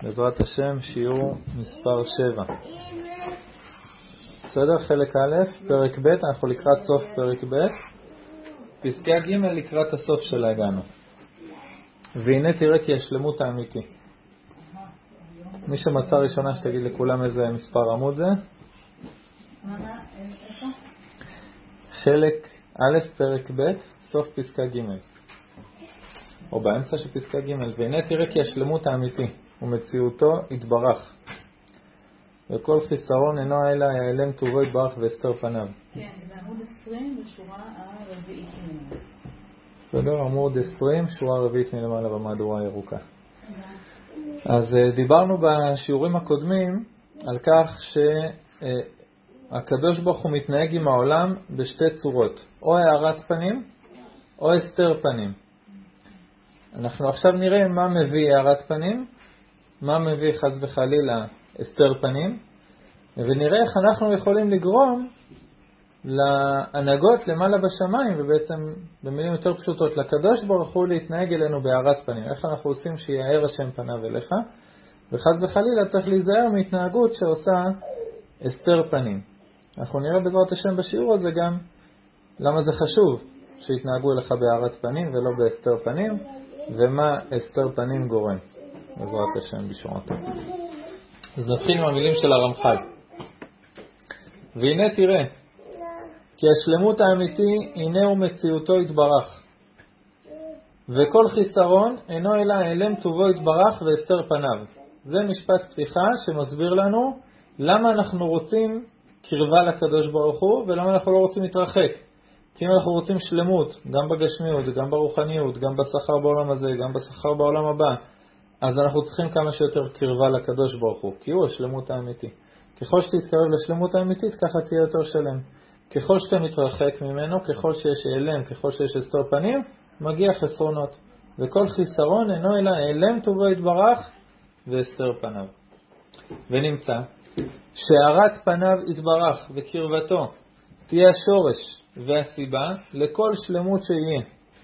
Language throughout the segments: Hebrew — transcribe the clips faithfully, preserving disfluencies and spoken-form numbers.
בעזרת השם, שיעור מספר שבע. בסדר? חלק א', פרק ב', אנחנו לקראת סוף פרק ב', פסקה ג' לקראת הסוף של הגענו. והנה תראה כי השלמות האמיתי. מי שמצא ראשונה שתגיד לכולם איזה מספר עמוד זה? חלק א', פרק ב', סוף פסקה ג', או באמצע של פסקה ג'. והנה תראה כי השלמות האמיתי ומציאותו יתברך, וכל חיסרון אינו אלא יעלם טובו יתברך והסתר פניו. כן, זה עמוד עשרים בשורה הרביעית מלמעלה. בסדר, עמוד עשרים, שורה רביעית מלמעלה במהדורה הירוקה. אז דיברנו בשיעורים הקודמים על כך שהקדוש ברוך הוא מתנהג עם העולם בשתי צורות, או הארת פנים או הסתר פנים. אנחנו עכשיו נראה מה מביא הארת פנים, מה מביא חס וחלילה הסתר פנים, ונראה איך אנחנו יכולים לגרום להנהגות למעלה בשמיים, ובעצם במילים יותר פשוטות לקדוש ברוך הוא להתנהג אלינו בהארת פנים. איך אנחנו עושים שיאר השם פניו אליך, וחס וחלילה צריך להיזהר מהתנהגות שעושה הסתר פנים. אנחנו נראה בעזרת השם בשיעור הזה גם למה זה חשוב שיתנהגו אליך בהארת פנים ולא בהסתר פנים, ומה הסתר פנים גורם בעזרת השם בשורתו. אז נתחיל עם המילים של הרמח"ל. והנה תראה כי השלמות האמיתי הנה ומציאותו יתברך, וכל חיסרון אינו אלא העלם טובו יתברך והסתר פניו. זה משפט פתיחה שמסביר לנו למה אנחנו רוצים קרבה לקדוש ברוך הוא ולמה אנחנו לא רוצים להתרחק. כי אם אנחנו רוצים שלמות, גם בגשמיות, גם ברוחניות, גם בשכר בעולם הזה, גם בשכר בעולם הבא, אז אנחנו צריכים כמה שיותר קרבה לקדוש ברוך הוא, כי הוא השלמות האמיתי. ככל שתתקרב לשלמות האמיתית, ככה תהיה יותר שלם. ככל שאתה מתרחק ממנו, ככל שיש העלם, ככל שיש הסתר פנים, מגיע חסרונות. וכל חיסרון אינו אלא העלם טובו יתברך והסתר פניו. ונמצא שהארת פניו יתברך וקרבתו תהיה השורש והסיבה לכל שלמות שיהיה,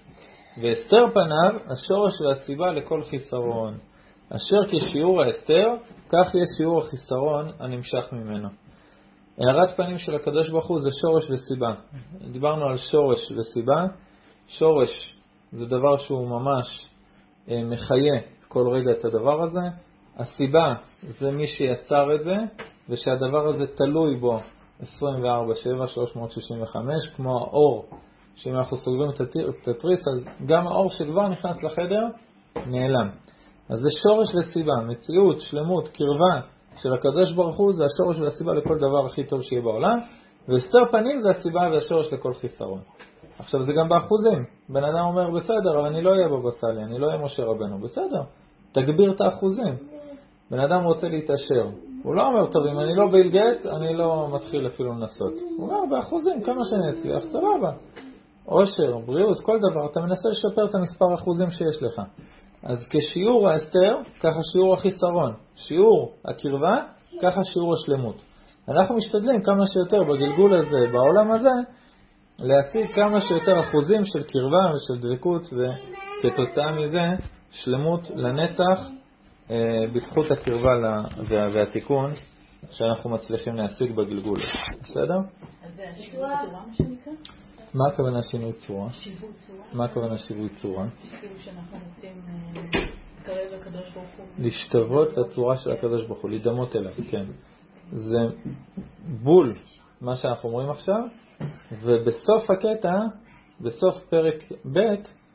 והסתר פניו השורש והסיבה לכל חיסרון. אשר כשיעור ההסתר, כך יהיה שיעור החיסרון הנמשך ממנו. הארת פנים של הקדוש ברוך הוא זה שורש וסיבה. דיברנו על שורש וסיבה. שורש זה דבר שהוא ממש מחיה כל רגע את הדבר הזה. הסיבה זה מי שיצר את זה, ושהדבר הזה תלוי בו עשרים וארבע שבע שלוש מאות שישים וחמש, כמו האור, שאם אנחנו סוגרים את התריס, אז גם האור שכבר נכנס לחדר נעלם. אז זה שורש וסיבה, מציאות, שלמות, קרבה של הקדוש ברוך הוא, זה השורש והסיבה לכל דבר הכי טוב שיהיה בעולם, והסתר פנים זה הסיבה והשורש לכל חיסרון. עכשיו זה גם באחוזים. בן אדם אומר בסדר, אבל אני לא אהיה בבא סאלי, אני לא אהיה משה רבנו. בסדר, תגביר את האחוזים. בן אדם רוצה להתעשר, הוא לא אומר טוב, אם אני לא ביל גייטס אני לא מתחיל אפילו לנסות. הוא אומר באחוזים, כמה שאני אצליח, סבבה. עושר, בריאות, כל דבר, אתה מנסה לשפר את המספר האחוזים שיש לך. אז כשיעור ההסתר, ככה שיעור החיסרון. שיעור הקרבה, ככה שיעור השלמות. אנחנו משתדלים כמה שיותר בגלגול הזה, בעולם הזה, להשיג כמה שיותר אחוזים של קרבה ושל דבקות, וכתוצאה מזה שלמות לנצח, בזכות הקרבה והתיקון שאנחנו מצליחים להשיג בגלגול. בסדר? אז זה השיווי צורה מה שנקרא? מה הכוונה שינוי צורה? שיווי צורה. מה הכוונה שיווי צורה? כאילו שאנחנו רוצים להתקרב לקדוש ברוך הוא. להשתוות לצורה של הקדוש ברוך הוא, להידמות אליו, כן. זה בול מה שאנחנו אומרים עכשיו, ובסוף הקטע, בסוף פרק ב',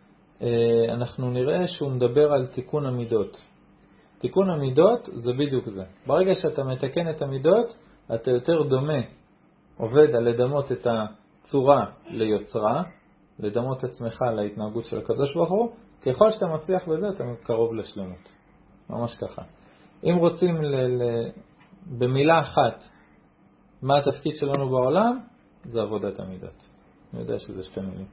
אנחנו נראה שהוא מדבר על תיקון המידות. תיקון המידות זה בדיוק זה. ברגע שאתה מתקן את המידות, אתה יותר דומה, עובד על לדמות את הצורה ליוצרה, לדמות עצמך להתנהגות של הקדוש ברוך הוא. ככל שאתה מצליח בזה, אתה קרוב לשלמות. ממש ככה. אם רוצים ל- ל- במילה אחת, מה התפקיד שלנו בעולם? זה עבודת המידות. אני יודע שזה שתי מילים.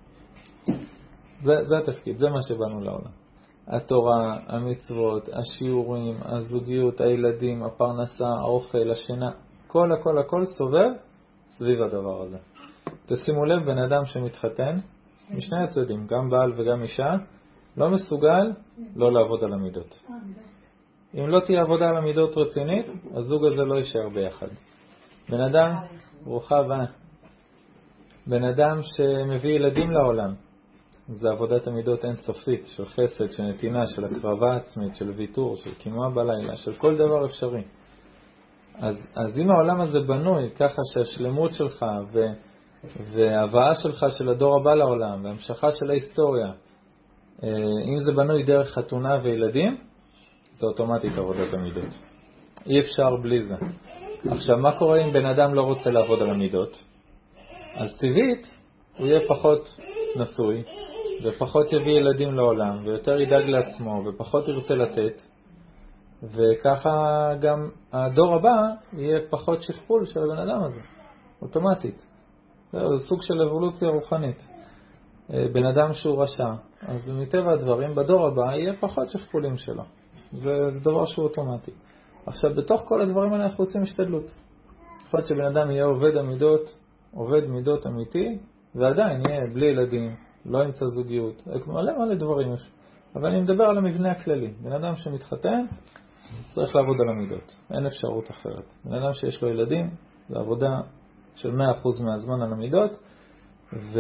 זה, זה התפקיד, זה מה שבאנו לעולם. התורה, המצוות, השיעורים, הזוגיות, הילדים, הפרנסה, האוכל, השינה, כל הכל הכל סובב סביב הדבר הזה. תשימו לב, בן אדם שמתחתן, משני הצדדים, גם בעל וגם אישה, לא מסוגל לא לעבוד על המידות. אם לא תהיה עבודה על המידות רצינית, הזוג הזה לא יישאר ביחד. בן אדם, ברוכה הבאה, בן אדם שמביא ילדים לעולם, זה עבודת המידות אינסופית, של חסד, של נתינה, של הקרבה עצמית, של ויתור, של קימה בלילה, של כל דבר אפשרי. אז, אז אם העולם הזה בנוי ככה שהשלמות שלך ו, וההבאה שלך של הדור הבא לעולם והמשכה של ההיסטוריה, אם זה בנוי דרך חתונה וילדים, זה אוטומטית עבודת המידות. אי אפשר בלי זה. עכשיו, מה קורה אם בן אדם לא רוצה לעבוד על המידות? אז טבעית הוא יהיה פחות נשוי ופחות יביא ילדים לעולם ויותר ידאג לעצמו ופחות ירצה לתת, וככה גם הדור הבא יהיה פחות שכפול של הבן אדם הזה, אוטומטית. זה סוג של אבולוציה רוחנית. בן אדם שהוא רשע, אז מטבע הדברים בדור הבא יהיה פחות שכפולים שלו. זה, זה דבר שהוא אוטומטי. עכשיו, בתוך כל הדברים האלה אנחנו עושים השתדלות. יכול להיות שבן אדם יהיה עובד המידות, עובד מידות אמיתי, ועדיין יהיה בלי ילדים, לא ימצא זוגיות, מלא מלא דברים יש. אבל אני מדבר על המבנה הכללי. בן אדם שמתחתן, צריך לעבוד על המידות. אין אפשרות אחרת. בן אדם שיש לו ילדים, זה עבודה של מאה אחוז מהזמן על המידות, ו...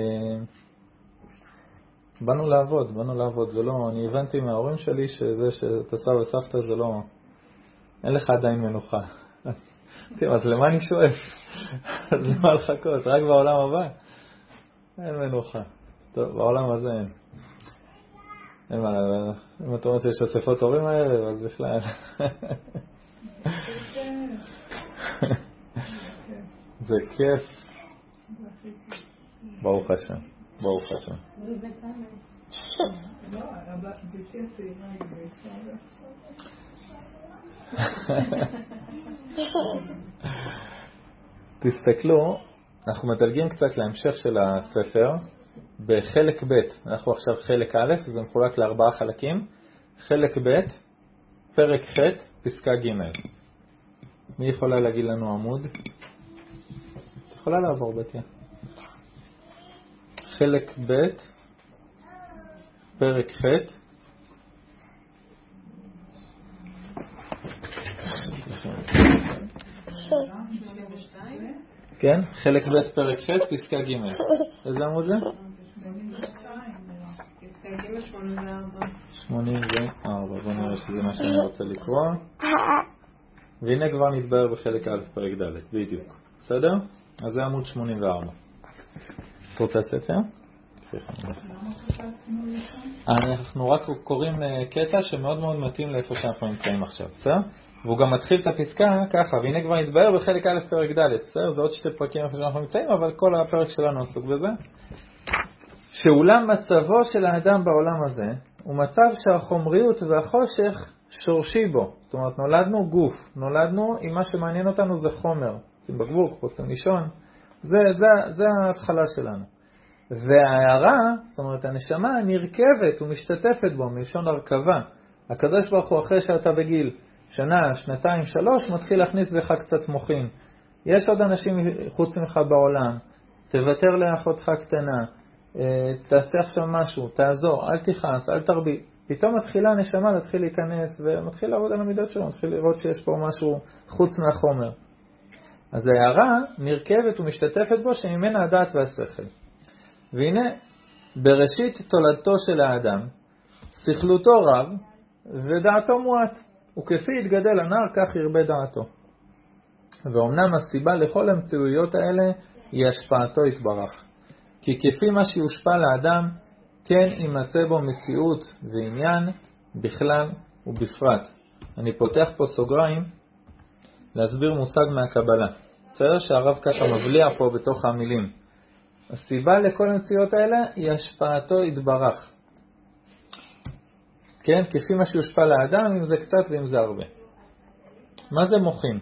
באנו לעבוד, באנו לעבוד. זה לא, אני הבנתי מההורים שלי שזה שאתה סבא וסבתא זה לא, אין לך עדיין מנוחה. תראה, אז למה אני שואף? אז למה לחכות? רק בעולם הבא? אין מנוחה. טוב, בעולם הזה אין. אין מה, אם אתה אומרת שיש אספות הורים הערב, אז בכלל. זה כיף. ברוך השם. ברוך השם. תסתכלו, אנחנו מדלגים קצת להמשך של הספר בחלק ב'. אנחנו עכשיו חלק א', זה מחולק לארבעה חלקים. חלק ב', פרק ח', פסקה ג'. מי יכולה להגיד לנו עמוד? את יכולה לעבור בתיה. חלק ב', פרק ח', כן, חלק ב' פרק ח', פסקה ג'. איזה עמוד זה? פסקה ג' שמונים וארבע. שמונים וארבע, בוא נראה שזה מה שאני רוצה לקרוא. והנה כבר נתבהר בחלק א' פרק ד', בדיוק. בסדר? אז זה עמוד שמונים וארבע. אתה רוצה ספר? אנחנו רק קוראים קטע שמאוד מאוד מתאים לאיפה שאנחנו נמצאים עכשיו, בסדר? והוא גם מתחיל את הפסקה ככה, והנה כבר נתבהר בחלק א' פרק ד', בסדר? זה עוד שתי פרקים איפה שאנחנו נמצאים, אבל כל הפרק שלנו עסוק בזה. שאולם מצבו של האדם בעולם הזה הוא מצב שהחומריות והחושך שורשי בו. זאת אומרת, נולדנו גוף, נולדנו עם מה שמעניין אותנו זה חומר. רוצים בקבוק, רוצים לישון, זה, זה, זה ההתחלה שלנו. וההערה, זאת אומרת, הנשמה נרכבת ומשתתפת בו, מלשון הרכבה. הקדוש ברוך הוא אחרי שאתה בגיל שנה, שנתיים, שלוש, מתחיל להכניס בך קצת מוחין. יש עוד אנשים חוץ ממך בעולם, תוותר לאחותך קטנה, תעשה עכשיו משהו, תעזור, אל תכעס, אל תרבי. פתאום מתחילה הנשמה להתחיל להיכנס ומתחיל לעבוד על המידות שלו, מתחיל לראות שיש פה משהו חוץ מהחומר. אז ההערה נרכבת ומשתתפת בו שממנה הדעת והשכל. והנה, בראשית תולדתו של האדם, שכלותו רב ודעתו מועט, וכפי יתגדל הנער כך ירבה דעתו. ואומנם הסיבה לכל המציאויות האלה היא השפעתו יתברך. כי כפי מה שיושפע לאדם, כן יימצא בו מציאות ועניין בכלל ובפרט. אני פותח פה סוגריים להסביר מושג מהקבלה. בסדר שהרב ככה מבליע פה בתוך המילים. הסיבה לכל המציאות האלה היא השפעתו יתברך. כן, כפי מה שיושפע לאדם, אם זה קצת ואם זה הרבה. מה זה מוחין?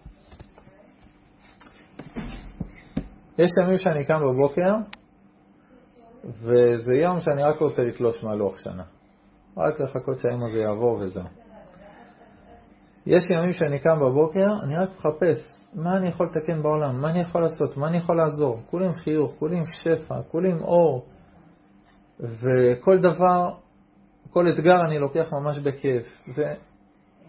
יש ימים שאני קם בבוקר, וזה יום שאני רק רוצה לתלוש מהלוח שנה. רק לחכות שהיום הזה יעבור וזהו. יש ימים שאני קם בבוקר, אני רק מחפש מה אני יכול לתקן בעולם, מה אני יכול לעשות, מה אני יכול לעזור. כולים חיוך, כולים שפע, כולים אור. וכל דבר, כל אתגר אני לוקח ממש בכיף.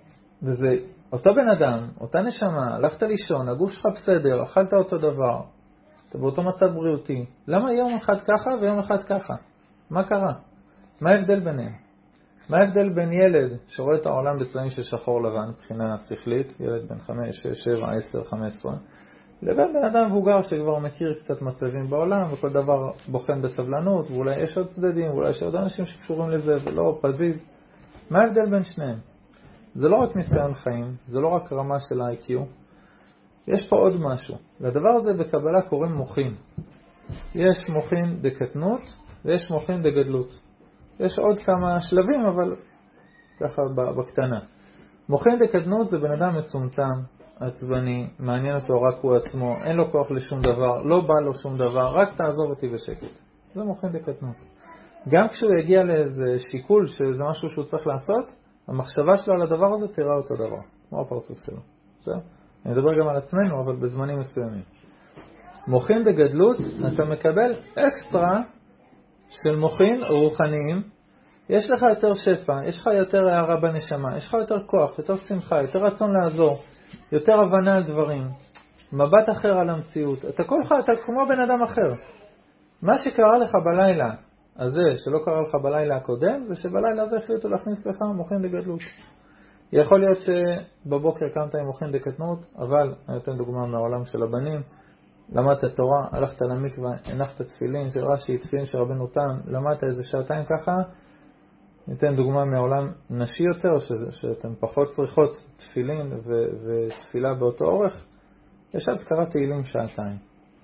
וזה אותו בן אדם, אותה נשמה, הלכת לישון, הגוף שלך בסדר, אכלת אותו דבר, אתה באותו מצב בריאותי. למה יום אחד ככה ויום אחד ככה? מה קרה? מה ההבדל ביניהם? מה ההבדל בין ילד שרואה את העולם בצבעים של שחור לבן, מבחינה שכלית, ילד בן חמש, שש, שבע, עשר, חמש עשרה, לבין בן אדם מבוגר שכבר מכיר קצת מצבים בעולם וכל דבר בוחן בסבלנות, ואולי יש עוד צדדים, ואולי יש עוד אנשים שקשורים לזה ולא פזיז. מה ההבדל בין שניהם? זה לא רק ניסיון חיים, זה לא רק רמה של איי קיו, יש פה עוד משהו. לדבר הזה בקבלה קוראים מוחין. יש מוחין דקטנות ויש מוחין דגדלות. יש עוד כמה שלבים, אבל ככה בקטנה. מוחין דקטנות זה בן אדם מצומצם, עצבני, מעניין אותו רק הוא עצמו, אין לו כוח לשום דבר, לא בא לו שום דבר, רק תעזוב אותי בשקט. זה מוחין דקטנות. גם כשהוא יגיע לאיזה שיקול שזה משהו שהוא צריך לעשות, המחשבה שלו על הדבר הזה תראה אותו דבר, כמו הפרצוף שלו. בסדר? אני מדבר גם על עצמנו, אבל בזמנים מסוימים. מוחין דגדלות, אתה מקבל אקסטרה של מוחין רוחניים. יש לך יותר שפע, יש לך יותר הערה בנשמה, יש לך יותר כוח, יותר שמחה, יותר רצון לעזור, יותר הבנה על דברים, מבט אחר על המציאות. אתה כל אחד, אתה כמו בן אדם אחר. מה שקרה לך בלילה הזה, שלא קרה לך בלילה הקודם, זה שבלילה הזה החליטו להכניס לך מוחין דגדלות. יכול להיות שבבוקר קמת עם מוחין דקטנות, אבל אני אתן דוגמה מהעולם של הבנים, למדת תורה, הלכת למקווה, הנחת תפילין של רש"י, תפילין של רבנו תם, למדת איזה שעתיים ככה. ניתן דוגמה מהעולם נשי יותר, שאתם פחות צריכות תפילין ו- ותפילה באותו אורך. ישבת קראת תהילים שעתיים.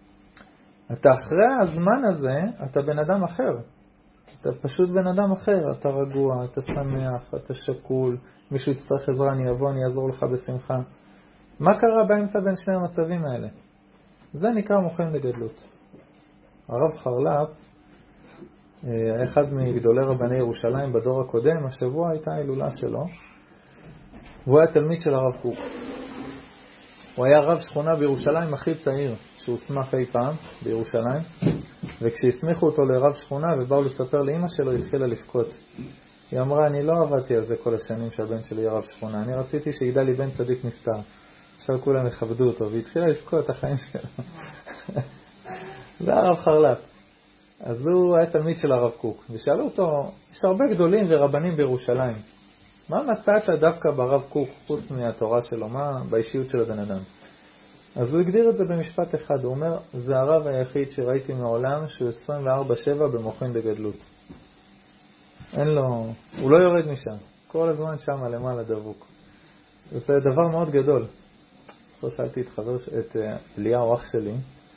אתה אחרי הזמן הזה, אתה בן אדם אחר. אתה פשוט בן אדם אחר, אתה רגוע, אתה שמח, אתה שקול, מישהו יצטרך עזרה, אני אבוא, אני אעזור לך בשמחה. מה קרה באמצע בין שני המצבים האלה? זה נקרא מוחין דגדלות. הרב חרל"פ, אחד מגדולי רבני ירושלים בדור הקודם, השבוע הייתה ההילולה שלו, והוא היה תלמיד של הרב קוק. הוא היה רב שכונה בירושלים הכי צעיר שהוסמך אי פעם בירושלים, וכשהסמיכו אותו לרב שכונה ובאו לספר לאמא שלו, היא התחילה לבכות. היא אמרה, אני לא עבדתי על זה כל השנים שהבן שלי יהיה רב שכונה, אני רציתי שידע לי בן צדיק נסתר. עכשיו כולם יכבדו אותו, והתחילה לבכות את החיים שלו. זה הרב חרל"פ. אז הוא היה תלמיד של הרב קוק, ושאלו אותו, יש הרבה גדולים ורבנים בירושלים, מה מצאת דווקא ברב קוק חוץ מהתורה שלו, מה באישיות של הבן אדם? אז הוא הגדיר את זה במשפט אחד, הוא אומר, זה הרב היחיד שראיתי מעולם שהוא עשרים וארבע שבע במוחין דגדלות. אין לו, הוא לא יורד משם, כל הזמן שם למעלה דבוק. זה דבר מאוד גדול. פה שאלתי את חבר, את אליהו אח שלי,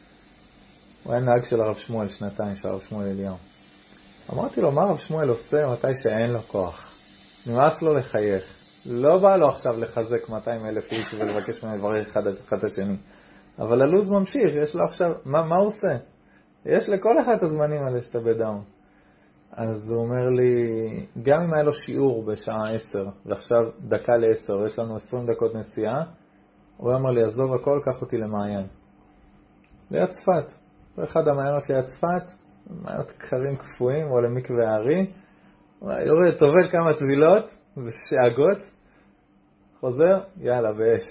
הוא היה נהג של הרב שמואל שנתיים, של הרב שמואל אליהו. אמרתי לו, מה הרב שמואל עושה מתי שאין לו כוח? נמאס לו לחייך. לא בא לו עכשיו לחזק מאתיים אלף איש ולבקש מהם לברך אחד את השני. אבל הלוז ממשיך, יש לו עכשיו, מה, מה הוא עושה? יש לכל אחד את הזמנים האלה שאתה בדאון. אז הוא אומר לי, גם אם היה לו שיעור בשעה עשר, ועכשיו דקה לעשר, יש לנו עשרים דקות נסיעה, הוא אמר לי, עזוב הכל, קח אותי למעיין. ליד צפת. אחד המעיינות ליד צפת, מעיינות קרים קפואים, או למקווה הארי. יורד, טובל כמה טבילות ושאגות, חוזר, יאללה, באש.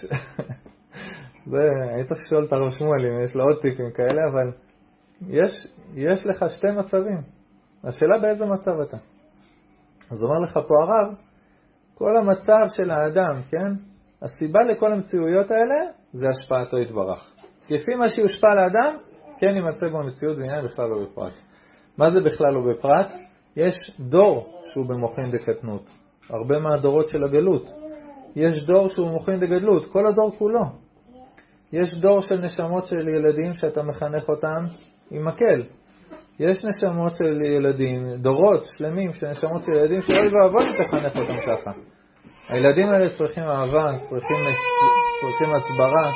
זה, אני צריך לשאול את הרב שמואל אם יש לו עוד טיפים כאלה, אבל יש, יש לך שתי מצבים. השאלה באיזה מצב אתה. אז אומר לך פה הרב, כל המצב של האדם, כן? הסיבה לכל המציאויות האלה זה השפעתו יתברך. כפי מה שיושפע לאדם, כן יימצא בו מציאות ועניין בכלל לא בפרט. מה זה בכלל לא בפרט? יש דור שהוא במוחין דקטנות. הרבה מהדורות של הגלות. יש דור שהוא במוחין דגדלות. כל הדור כולו. יש דור של נשמות של ילדים שאתה מחנך אותם עם מקל. יש נשמות של ילדים, דורות שלמים של נשמות של ילדים שאוי ואבוי תחנך אותם ככה. הילדים האלה צריכים אהבה, צריכים, צריכים הסברה,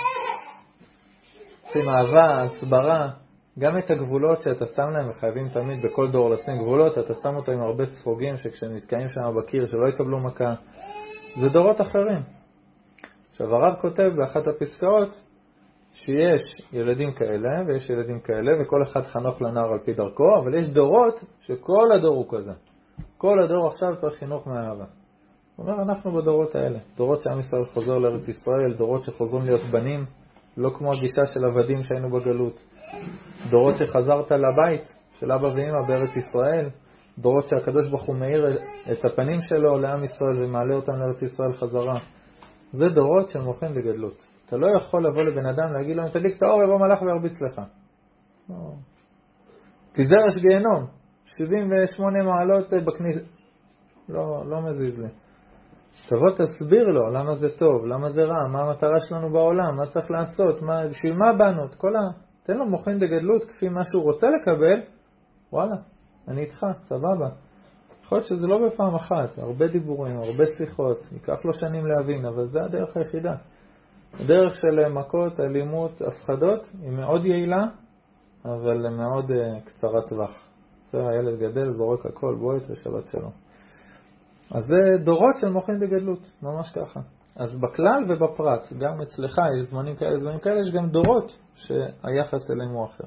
צריכים אהבה, הסברה. גם את הגבולות שאתה שם להם, וחייבים תמיד בכל דור לשים גבולות, אתה שם אותו עם הרבה ספוגים שכשהם נתקעים שם בקיר שלא יקבלו מכה. זה דורות אחרים. עכשיו הרב כותב באחת הפסקאות שיש ילדים כאלה ויש ילדים כאלה, וכל אחד חנוך לנער על פי דרכו, אבל יש דורות שכל הדור הוא כזה. כל הדור עכשיו צריך חינוך מהאהבה. הוא אומר, אנחנו בדורות האלה, דורות שעם ישראל חוזר לארץ ישראל, דורות שחוזרים להיות בנים, לא כמו הגישה של עבדים שהיינו בגלות. דורות שחזרת לבית של אבא ואמא בארץ ישראל, דורות שהקדוש ברוך הוא מאיר את הפנים שלו לעם ישראל ומעלה אותם לארץ ישראל חזרה. זה דורות שמוכן לגדלות. אתה לא יכול לבוא לבן אדם להגיד לו, אם תדליק את האור יבוא מלאך וירביץ לך. לא. תיזהר, יש גיהנום, שבעים ושמונה מעלות בכניסה. לא, לא מזיז לי. תבוא תסביר לו למה זה טוב, למה זה רע, מה המטרה שלנו בעולם, מה צריך לעשות, מה, בשביל מה באנו, את כל ה... תן לו מוכן לגדלות כפי מה שהוא רוצה לקבל, וואלה, אני איתך, סבבה. יכול להיות שזה לא בפעם אחת, הרבה דיבורים, הרבה שיחות, ייקח לו שנים להבין, אבל זה הדרך היחידה. הדרך של מכות, אלימות, הפחדות, היא מאוד יעילה, אבל מאוד uh, קצרת טווח. זה הילד גדל, זורק הכל, בוא את ושבת שלו. אז זה דורות של מוכן בגדלות, ממש ככה. אז בכלל ובפרט, גם אצלך יש זמנים כאלה, זמנים כאלה, יש גם דורות שהיחס אליהם הוא אחר.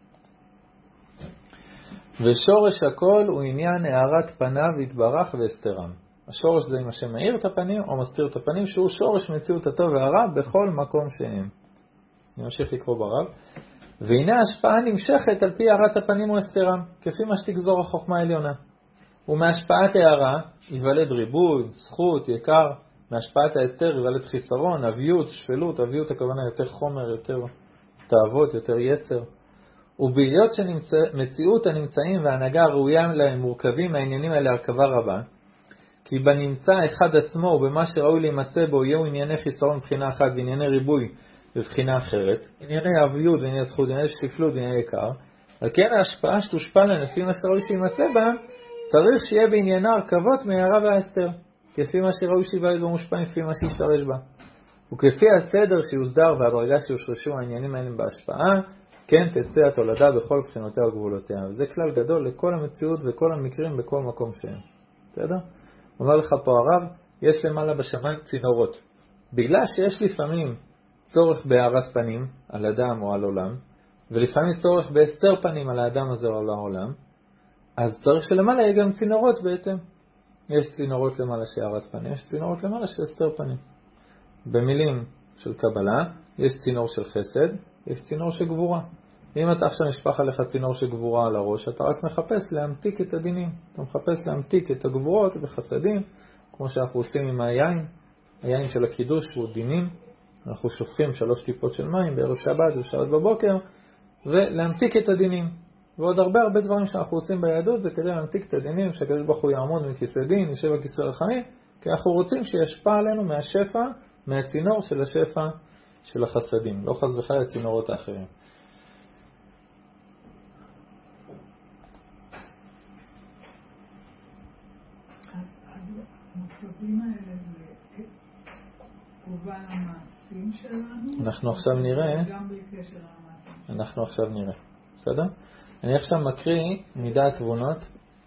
ושורש הכל הוא עניין הערת פניו והתברך והסתרם. השורש זה אם השם מאיר את הפנים או מסתיר את הפנים, שהוא שורש מציאות הטוב והרע בכל מקום שהם. אני ממשיך לקרוא ברב. והנה ההשפעה נמשכת על פי הערת הפנים או הסתרם, כפי מה שתגזור החוכמה העליונה. ומהשפעת הערה יוולד ריבוי, זכות, יקר. מהשפעת ההסתר יוולד חיסרון, אביות, שפלות, אביות הכוונה יותר חומר, יותר תאוות, יותר יצר. ובהיות שמציאות הנמצאים וההנהגה הראויה להם מורכבים מהעניינים האלה הרכבה רבה, כי בנמצא אחד עצמו ובמה שראוי להימצא בו יהיו ענייני חיסרון מבחינה אחת וענייני ריבוי בבחינה אחרת, ענייני אביות וענייני זכות, ענייני שפלות וענייני יקר, על כן ההשפעה שתושפע להם לפי מה שראוי שימצא בה, צריך שיהיה בעניינה הרכבות מהערה וההסתר, כפי מה שראוי שיבלד במושפע לפי מה שישתרש בה. וכפי הסדר שיוסדר והדרגה שיושרשו העניינים האלה בהשפעה, כן תצא התולדה בכל בחינותיה וגבולותיה. וזה כלל גדול לכל המציאות וכל המקרים בכל מקום שהם. בסדר? אומר לך פה הרב, יש למעלה בשמיים צינורות. בגלל שיש לפעמים צורך בהארת פנים על אדם או על עולם, ולפעמים צורך בהסתר פנים על האדם הזה או על העולם, אז צריך שלמעלה יהיה גם צינורות בהתאם. יש צינורות למעלה שהארת פנים, יש צינורות למעלה שהסתר פנים. במילים של קבלה, יש צינור של חסד, יש צינור של גבורה. אם אתה עכשיו נשפך עליך צינור של גבורה על הראש, אתה רק מחפש להמתיק את הדינים. אתה מחפש להמתיק את הגבורות וחסדים, כמו שאנחנו עושים עם היין. היין של הקידוש הוא דינים. אנחנו שופכים שלוש טיפות של מים בערב שבת ושבת בבוקר, ולהמתיק את הדינים. ועוד הרבה הרבה דברים שאנחנו עושים ביהדות זה כדי להמתיק את הדינים, שהקדוש ברוך הוא יעמוד מכיסא דין, ישב על כיסא רחמים, כי אנחנו רוצים שישפע עלינו מהשפע, מהצינור של השפע של החסדים, לא חס וחלילה הצינורות האחרים. המצבים האלה זה תגובה למעשים שלנו? אנחנו עכשיו נראה, גם בלי קשר למעשים. אנחנו עכשיו נראה, בסדר? אני עכשיו מקריא מידת תבונות.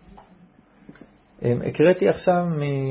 הקראתי עכשיו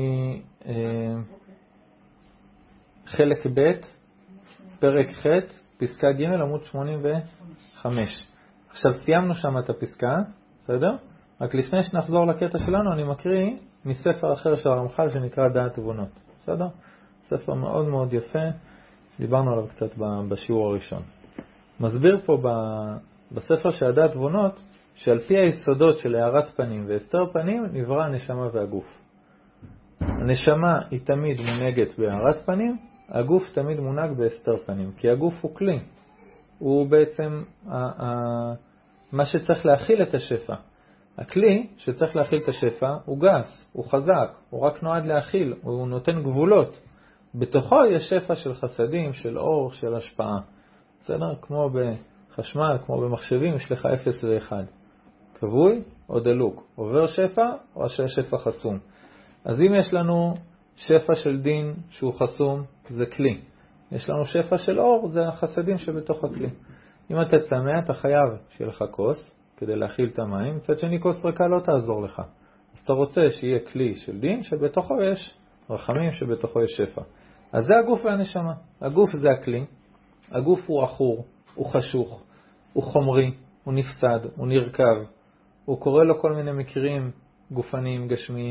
מחלק ב' פרק ח' פסקה ג' עמוד שמונים וחמש. עכשיו סיימנו שם את הפסקה, בסדר? רק לפני שנחזור לקטע שלנו אני מקריא מספר אחר של הרמח"ל שנקרא דעת תבונות, בסדר? ספר מאוד מאוד יפה, דיברנו עליו קצת בשיעור הראשון. מסביר פה בספר של דעת תבונות שעל פי היסודות של הערת פנים והסתר פנים נברא הנשמה והגוף. הנשמה היא תמיד מונהגת בהערת פנים, הגוף תמיד מונהג בהסתר פנים, כי הגוף הוא כלי, הוא בעצם ה- ה- מה שצריך להכיל את השפע. הכלי שצריך להכיל את השפע הוא גס, הוא חזק, הוא רק נועד להכיל, הוא נותן גבולות. בתוכו יש שפע של חסדים, של אור, של השפעה. בסדר? כמו בחשמל, כמו במחשבים, יש לך אפס ואחד. קבוי או דלוק, עובר שפע או שהשפע חסום. אז אם יש לנו שפע של דין שהוא חסום, זה כלי. יש לנו שפע של אור, זה החסדים שבתוך הכלי. אם אתה צמא, אתה חייב שיהיה לך כוס כדי להכיל את המים, מצד שני כוס ריקה לא תעזור לך. אז אתה רוצה שיהיה כלי של דין שבתוכו יש רחמים, שבתוכו יש שפע. אז זה הגוף והנשמה. הגוף זה הכלי, הגוף הוא אחור, הוא חשוך, הוא חומרי, הוא נפסד, הוא נרכב, הוא קורא לו כל מיני מקרים גופניים, גשמיים,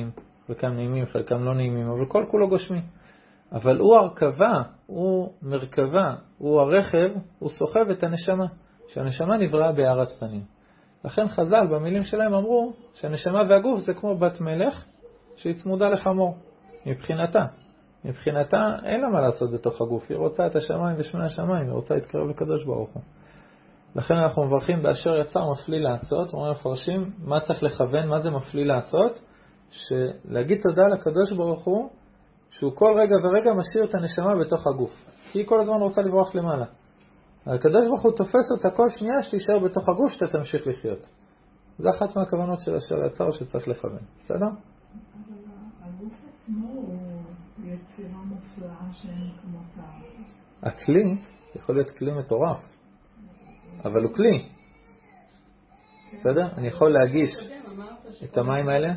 חלקם נעימים, חלקם לא נעימים, אבל כל כולו גושמי. אבל הוא הרכבה, הוא מרכבה, הוא הרכב, הוא סוחב את הנשמה, שהנשמה נבראה בהארת פנים. לכן חז"ל במילים שלהם אמרו שהנשמה והגוף זה כמו בת מלך שהיא צמודה לחמור. מבחינתה, מבחינתה אין לה מה לעשות בתוך הגוף, היא רוצה את השמיים ושמי השמיים, היא רוצה להתקרב לקדוש ברוך הוא. לכן אנחנו מברכים באשר יצר מפליא לעשות, אומרים מפרשים מה צריך לכוון, מה זה מפליא לעשות, שלהגיד תודה לקדוש ברוך הוא שהוא כל רגע ורגע משאיר את הנשמה בתוך הגוף, כי היא כל הזמן רוצה לברוח למעלה. הקדוש ברוך הוא תופס אותה כל שנייה שתישאר בתוך הגוף שאתה תמשיך לחיות. זה אחת מהכוונות של אשר יצר שצריך לכוון. בסדר? אבל הגוף עצמו הוא יצירה מופלאה שאין כמותה. הכלי יכול להיות כלי מטורף, אבל הוא כלי. בסדר? אני יכול להגיש את המים האלה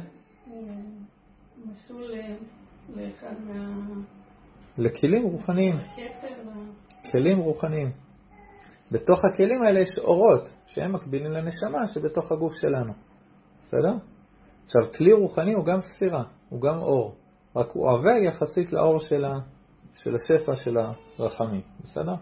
משול לאחד מה... לכלים רוחניים. כלים רוחניים. בתוך הכלים האלה יש אורות שהם מקבילים לנשמה שבתוך הגוף שלנו. בסדר? עכשיו, כלי רוחני הוא גם ספירה, הוא גם אור. רק הוא עובר יחסית לאור של, ה... של השפע של הרחמים. בסדר?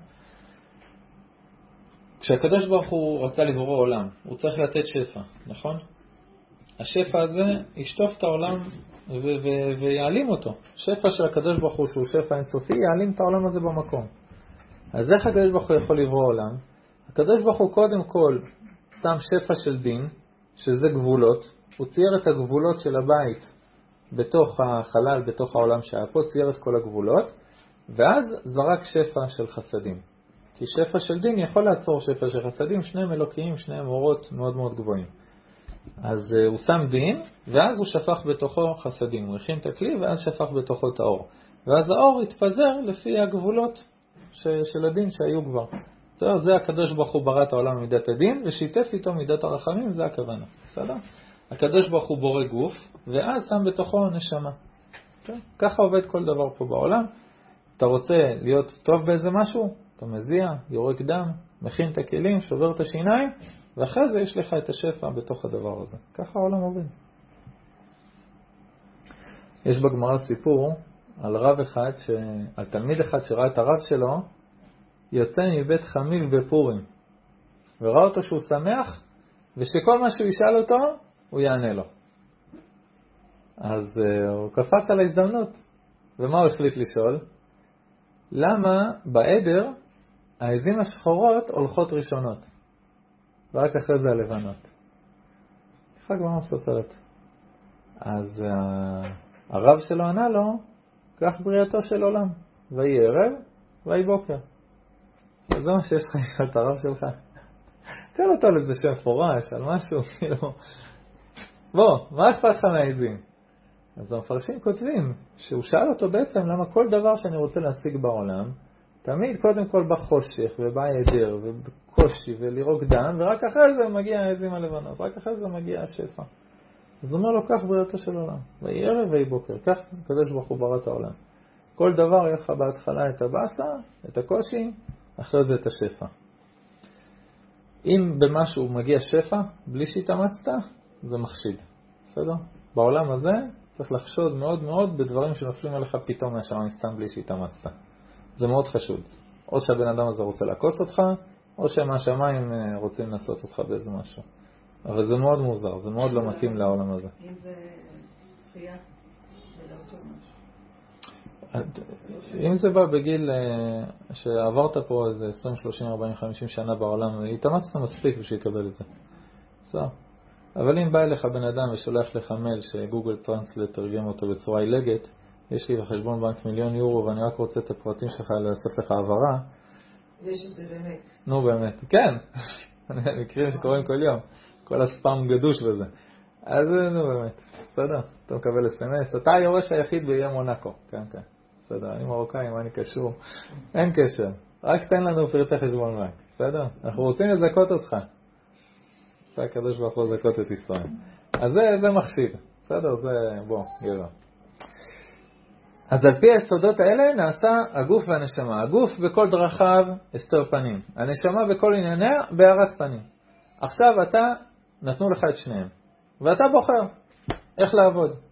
כשהקדוש ברוך הוא רצה לברוא עולם, הוא צריך לתת שפע, נכון? השפע הזה ישטוף את העולם ו- ו- ויעלים אותו. שפע של הקדוש ברוך הוא שהוא שפע אינסופי יעלים את העולם הזה במקום. אז איך הקדוש ברוך הוא יכול לברוא עולם? הקדוש ברוך הוא קודם כל שם שפע של דין, שזה גבולות. הוא צייר את הגבולות של הבית בתוך החלל, בתוך העולם שהיה פה, צייר את כל הגבולות, ואז זרק שפע של חסדים. כי שפע של דין יכול לעצור שפע של חסדים, שניהם אלוקיים, שניהם אורות מאוד מאוד גבוהים. אז uh, הוא שם דין, ואז הוא שפך בתוכו חסדים. הוא הכין את הכלי, ואז שפך בתוכו את האור. ואז האור התפזר לפי הגבולות ש- של הדין שהיו כבר. זה, זה הקדוש ברוך הוא ברא את העולם מידת הדין, ושיתף איתו מידת הרחמים, זה הכוונה. בסדר? הקדוש ברוך הוא בורא גוף, ואז שם בתוכו נשמה. בסדר? ככה עובד כל דבר פה בעולם. אתה רוצה להיות טוב באיזה משהו? אתה מזיע, יורק דם, מכין את הכלים, שובר את השיניים, ואחרי זה יש לך את השפע בתוך הדבר הזה. ככה העולם עובד. יש בגמרא סיפור על רב אחד, ש... על תלמיד אחד שראה את הרב שלו, יוצא מבית חמיב בפורים, וראה אותו שהוא שמח, ושכל מה שהוא ישאל אותו, הוא יענה לו. אז uh, הוא קפץ על ההזדמנות. ומה הוא החליט לשאול? למה בעדר העזים השחורות הולכות ראשונות, ורק אחרי זה הלבנות? ככה כבר מסופרת. אז uh, הרב שלו ענה לו, כך בריאתו של עולם, ויהי ערב, ויהי בוקר. אז זה מה שיש לך לשאול את הרב שלך. תשאל אותו על איזה שם פורש, על משהו, כאילו. בוא, מה אכפת לך מהעזים? אז המפרשים כותבים שהוא שאל אותו בעצם למה כל דבר שאני רוצה להשיג בעולם, תמיד קודם כל בחושך ובהיעדר ובקושי ולרוק דם, ורק אחרי זה מגיע העזים הלבנות, רק אחרי זה מגיע השפע. אז הוא אומר לו, כך בריאתו של עולם, ויהי ערב ויהי בוקר, כך הקדוש ברוך הוא ברא את העולם. כל דבר יהיה לך בהתחלה את הבאסה, את הקושי, אחרי זה את השפע. אם במשהו מגיע שפע, בלי שהתאמצת, זה מחשיד. בסדר? בעולם הזה צריך לחשוד מאוד מאוד בדברים שנופלים עליך פתאום מהשמיים סתם בלי שהתאמצת. זה מאוד חשוד. או שהבן אדם הזה רוצה לעקוץ אותך, או שמהשמיים רוצים לנסות אותך באיזה משהו. אבל זה מאוד מוזר, זה מאוד לא מתאים לעולם הזה. אם זה זכייה ולאותו משהו. אם זה בא בגיל שעברת פה איזה עשרים, שלושים, ארבעים, חמישים שנה בעולם, התאמצת מספיק בשביל לקבל את זה. בסדר. אבל אם בא אליך בן אדם ושולח לך מייל שגוגל טרנסלייט תרגם אותו בצורה עילגת, יש לי בחשבון בנק מיליון יורו ואני רק רוצה את הפרטים שלך לעשות לך העברה. יש את זה באמת. נו באמת, כן. מקרים שקוראים כל יום. כל הספאם גדוש וזה. אז נו באמת, בסדר. אתה מקבל אס אם אס. אתה היורש היחיד באיי מונאקו. כן, כן. בסדר, אני מרוקאי, מה אני קשור? אין קשר. רק תן לנו פרטי חשבון בנק. בסדר? אנחנו רוצים לזכות אותך. זה הקדוש ברוך הוא לזכות את ישראל. אז זה, זה מחשיב. בסדר? זה, בוא, גבר. אז על פי היסודות האלה נעשה הגוף והנשמה. הגוף בכל דרכיו הסתר פנים. הנשמה בכל ענייניה בהארת פנים. עכשיו אתה, נתנו לך את שניהם. ואתה בוחר איך לעבוד.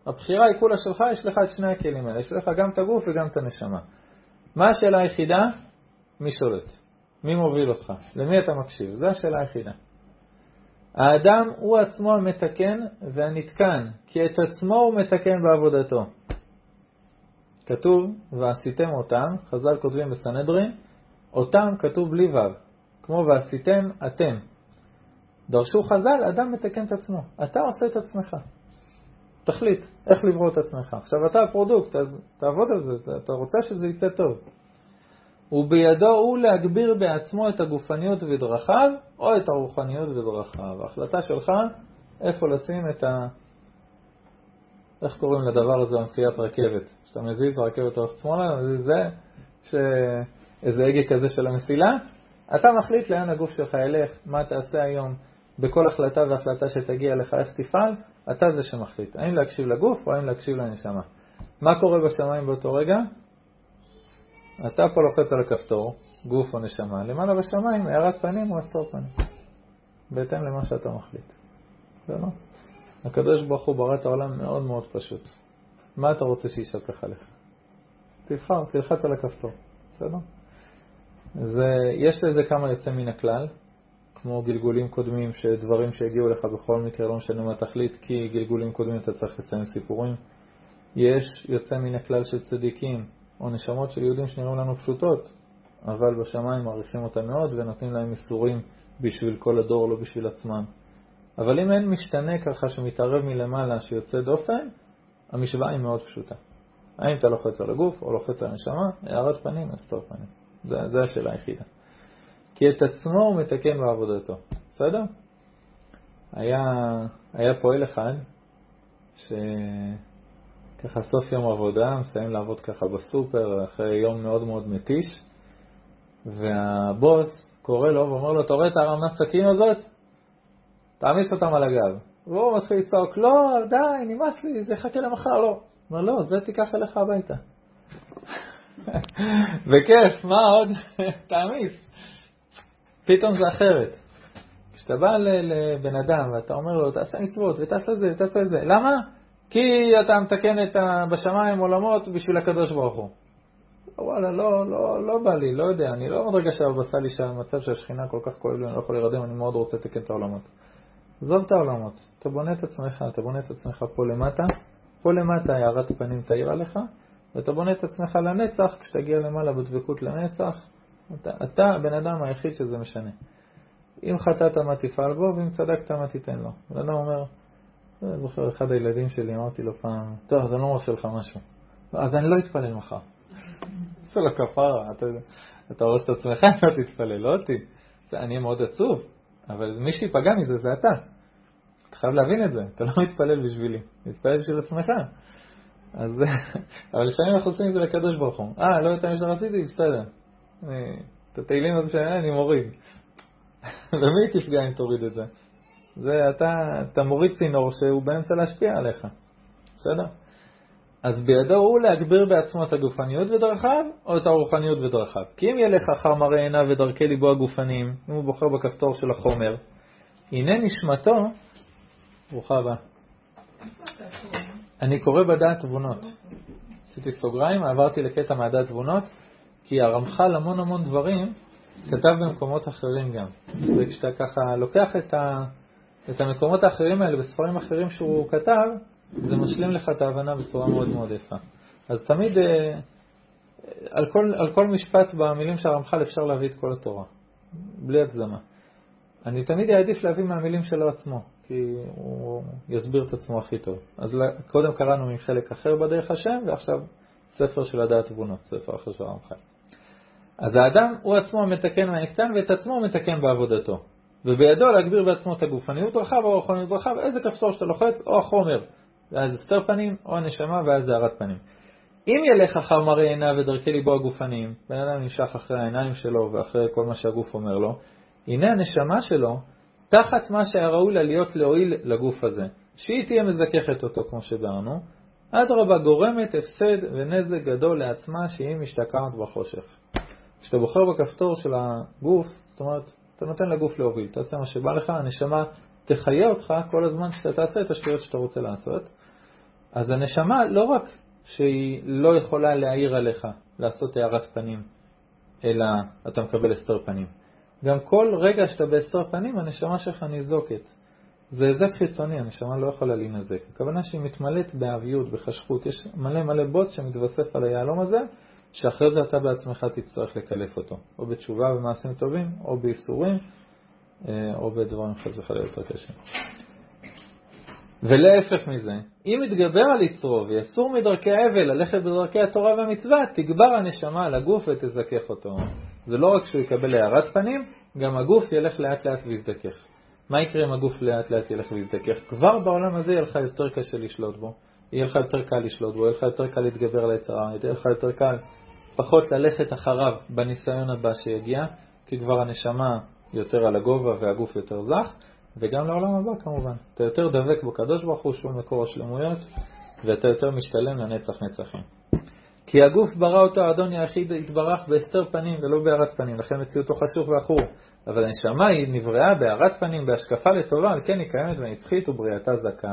הבחירה היא כולה שלך, יש לך את שני הכלים האלה, יש לך גם את הגוף וגם את הנשמה. מה השאלה היחידה? מי שולט? מי מוביל אותך? למי אתה מקשיב? זו השאלה היחידה. האדם הוא עצמו המתקן והנתקן, כי את עצמו הוא מתקן בעבודתו. כתוב, ועשיתם אותם, חז"ל כותבים בסנהדרין, אותם כתוב בלי וו, כמו ועשיתם אתם. דרשו חז"ל, אדם מתקן את עצמו. אתה עושה את עצמך. תחליט איך לברוא את עצמך. עכשיו אתה הפרודוקט, אז תעבוד על זה, אתה רוצה שזה יצא טוב. ובידו הוא להגביר בעצמו את הגופניות ודרכיו, או את הרוחניות ודרכיו. ההחלטה שלך, איפה לשים את ה... איך קוראים לדבר הזה? המסיעת רכבת. שאתה מזיז רכבת הולך שמאלה, מזיז זה, שאיזה הגה כזה של המסילה. אתה מחליט לאן הגוף שלך ילך, מה תעשה היום, בכל החלטה והחלטה שתגיע לך, איך תפעל, אתה זה שמחליט. האם להקשיב לגוף או האם להקשיב לנשמה. מה קורה בשמיים באותו רגע? אתה פה לוחץ על הכפתור, גוף או נשמה. למעלה בשמיים, הערת פנים או הסתור פנים. בהתאם למה שאתה מחליט. זה לא? הקדוש ברוך הוא ברא את העולם מאוד מאוד פשוט. מה אתה רוצה שישפך עליך? תבחר, תלחץ על הכפתור. בסדר? זה, יש לזה כמה יוצא מן הכלל, כמו גלגולים קודמים, שדברים שהגיעו לך בכל מקרה לא משנה מה תחליט, כי גלגולים קודמים אתה צריך לסיים סיפורים. יש יוצא מן הכלל של צדיקים, או נשמות של יהודים שנראים לנו פשוטות, אבל בשמיים מעריכים אותם מאוד ונותנים להם איסורים בשביל כל הדור, לא בשביל עצמם. אבל אם אין משתנה ככה שמתערב מלמעלה שיוצא דופן, המשוואה היא מאוד פשוטה. האם אתה לוחץ על הגוף או לוחץ על הנשמה? הערת פנים, הסתור פנים. זה, זה השאלה היחידה. כי את עצמו הוא מתקן בעבודתו. בסדר? היה, היה פועל אחד שככה סוף יום עבודה, מסיים לעבוד ככה בסופר אחרי יום מאוד מאוד מתיש, והבוס קורא לו ואומר לו, אתה רואה את הרמת סכין הזאת? תעמיס אותם על הגב. והוא מתחיל לצעוק, לא, די, נמאס לי, זה יחכה למחר, לא. אומר, לא, זה תיקח אליך הביתה. וכיף, מה עוד? תעמיס. פתאום זה אחרת. כשאתה בא לבן אדם ואתה אומר לו, תעשה מצוות ותעשה זה ותעשה זה. למה? כי אתה מתקן את בשמיים עולמות בשביל הקדוש ברוך הוא. וואלה, לא, לא, לא בא לי, לא יודע. אני לא מדרגה שהבסה לי שהמצב שהשכינה כל כך כואב לי, אני לא יכול להירדם, אני מאוד רוצה לתקן את העולמות. עזוב את העולמות. אתה בונה את עצמך, אתה בונה את עצמך פה למטה. פה למטה הערת פנים תאיר עליך, ואתה בונה את עצמך לנצח, כשתגיע למעלה בדבקות לנצח, אתה, אתה הבן אדם היחיד שזה משנה. אם חטאת מה תפעל בו, ואם צדקת מה תיתן לו. בן אדם אומר, אני זוכר אחד הילדים שלי, אמרתי לו פעם, טוב, אז אני לא מרשה לך משהו. אז אני לא אתפלל מחר. עושה לו כפרה, אתה, אתה הורס את עצמך, לא תתפלל, לא אותי. אני מאוד עצוב, אבל מי שיפגע מזה זה אתה. אתה חייב להבין את זה, אתה לא מתפלל בשבילי, מתפלל בשביל עצמך. אז, אבל לפעמים אנחנו עושים את זה לקדוש ברוך הוא. אה, לא יותר משהו רציתי, בסדר. את התהילים הזה שאני מוריד. ומי תפגע אם תוריד את זה? זה אתה, אתה מוריד צינור שהוא באמצע להשפיע עליך. בסדר? אז בידו הוא להגביר בעצמו את הגופניות ודרכיו, או את הרוחניות ודרכיו. כי אם ילך אחר מראה עיניו ודרכי ליבו הגופניים, אם הוא בוחר בכפתור של החומר, הנה נשמתו, ברוכה הבאה. אני קורא בדעת תבונות. עשיתי סוגריים, עברתי לקטע מהדעת תבונות, כי הרמח"ל המון המון דברים כתב במקומות אחרים גם. וכשאתה ככה לוקח את, ה, את המקומות האחרים האלה בספרים אחרים שהוא כתב, זה משלים לך את ההבנה בצורה מאוד מאוד יפה. אז תמיד על כל, על כל משפט במילים של הרמח"ל אפשר להביא את כל התורה, בלי הגזמה. אני תמיד אעדיף להביא מהמילים שלו עצמו, כי הוא יסביר את עצמו הכי טוב. אז קודם קראנו מחלק אחר בדרך השם, ועכשיו ספר של הדעת תבונות, ספר אחר של הרמח"ל. אז האדם הוא עצמו מתקן מהנקטן, ואת עצמו מתקן בעבודתו. ובידו להגביר בעצמו את הגופניות רחב או הרוחניות רחב, איזה כפתור שאתה לוחץ, או החומר, ואז הסתר פנים, או הנשמה, ואז הערת פנים. אם ילך אחר מראה עיניו ודרכי ליבו הגופניים, בן אדם נמשך אחרי העיניים שלו ואחרי כל מה שהגוף אומר לו, הנה הנשמה שלו, תחת מה שהיה ראוי לה להיות להועיל לגוף הזה, שהיא תהיה מזככת אותו כמו שדרנו, עד רבה גורמת הפסד ונזק גדול לעצמה שהיא משתקעת בחושך. כשאתה בוחר בכפתור של הגוף, זאת אומרת, אתה נותן לגוף להוביל, תעשה מה שבא לך, הנשמה תחיה אותך כל הזמן שאתה תעשה את השטויות שאתה רוצה לעשות. אז הנשמה לא רק שהיא לא יכולה להעיר עליך, לעשות הערת פנים, אלא אתה מקבל הסתר פנים. גם כל רגע שאתה בהסתר פנים, הנשמה שלך ניזוקת. זה היזק חיצוני, הנשמה לא יכולה להינזק. הכוונה שהיא מתמלאת באביות, בחשכות. יש מלא מלא בוץ שמתווסף על היעלום הזה, שאחרי זה אתה בעצמך תצטרך לקלף אותו. או בתשובה במעשים טובים, או באיסורים, או בדברים חס וחלילה יותר קשים. ולהפך מזה, אם יתגבר על יצרו ויסור מדרכי העבל, ללכת בדרכי התורה והמצווה, תגבר הנשמה על הגוף ותזכך אותו. זה לא רק שהוא יקבל הערת פנים, גם הגוף ילך לאט לאט ויזדכך. מה יקרה אם הגוף לאט לאט ילך ויזדכך? כבר בעולם הזה יהיה לך יותר קשה לשלוט בו, יהיה לך יותר קל לשלוט בו, יהיה לך יותר קל להתגבר על היצרה, יהיה לך יותר קל פחות ללכת אחריו בניסיון הבא שיגיע, כי כבר הנשמה יותר על הגובה והגוף יותר זך, וגם לעולם הבא כמובן. אתה יותר דבק בקדוש ברוך הוא שהוא מקור השלמויות, ואתה יותר משתלם לנצח נצחים. כי הגוף ברא אותו האדון היחיד התברך בהסתר פנים ולא בהארת פנים, לכן מציאותו חשוך ואחור. אבל הנשמה היא נבראה בהארת פנים, בהשקפה לטובה, על כן היא קיימת ונצחית ובריאתה זכה.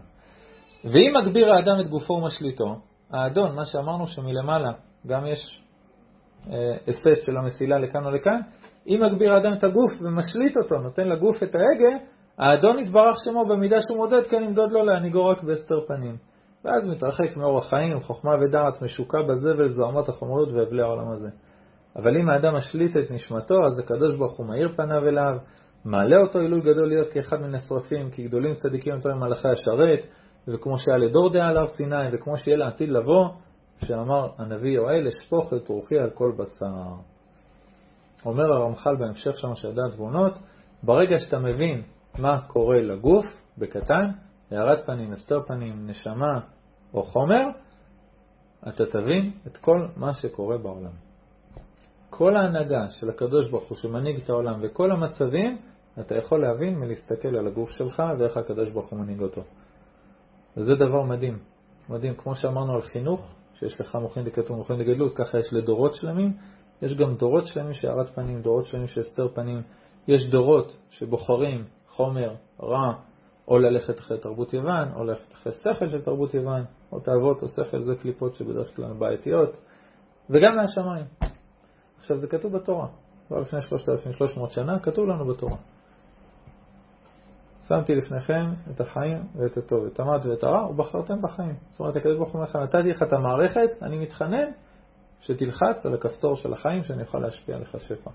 ואם מגביר האדם את גופו ומשליטו, האדון, מה שאמרנו שמלמעלה גם יש אה, אסת של המסילה לכאן או לכאן, אם מגביר האדם את הגוף ומשליט אותו, נותן לגוף את ההגה, האדון יתברך שמו במידה שהוא מודד, כן ימדוד לו להנהיגו רק בהסתר פנים. ואז מתרחק מאור החיים, חוכמה ודעת, משוקע בזבל, זוהמות החומריות והבלי העולם הזה. אבל אם האדם משליט את נשמתו, אז הקדוש ברוך הוא מאיר פניו אליו, מעלה אותו עילוי גדול להיות כאחד מן השרפים, כי גדולים צדיקים יותר ממלאכי השרת, וכמו שהיה לדור דעה על הר סיני, וכמו שיהיה לעתיד לבוא, שאמר הנביא יואל, אשפוך את רוחי על כל בשר. אומר הרמח"ל בהמשך שם שידע תבונות, ברגע שאתה מבין מה קורה לגוף בקטן, הערת פנים, הסתר פנים, נשמה או חומר, אתה תבין את כל מה שקורה בעולם. כל ההנהגה של הקדוש ברוך הוא שמנהיג את העולם וכל המצבים, אתה יכול להבין מלהסתכל על הגוף שלך ואיך הקדוש ברוך הוא מנהיג אותו. וזה דבר מדהים. מדהים, כמו שאמרנו על חינוך, שיש לך מוחין דקטור מוחין דגדלות, ככה יש לדורות שלמים, יש גם דורות שלמים שהערת פנים, דורות שלמים שהסתר פנים. יש דורות שבוחרים חומר רע, או ללכת אחרי תרבות יוון, או ללכת אחרי שכל של תרבות יוון, או תאוות או שכל, זה קליפות שבדרך כלל בעייתיות, וגם מהשמיים. עכשיו זה כתוב בתורה, כבר לפני שלושת אלפים ושלוש מאות שנה, כתוב לנו בתורה. שמתי לפניכם את החיים ואת הטוב, את המוות ואת הרע, ובחרתם בחיים. זאת אומרת, הקדוש ברוך הוא אומר לך, נתתי לך את המערכת, אני מתחנן שתלחץ על הכפתור של החיים, שאני אוכל להשפיע עליך שפע.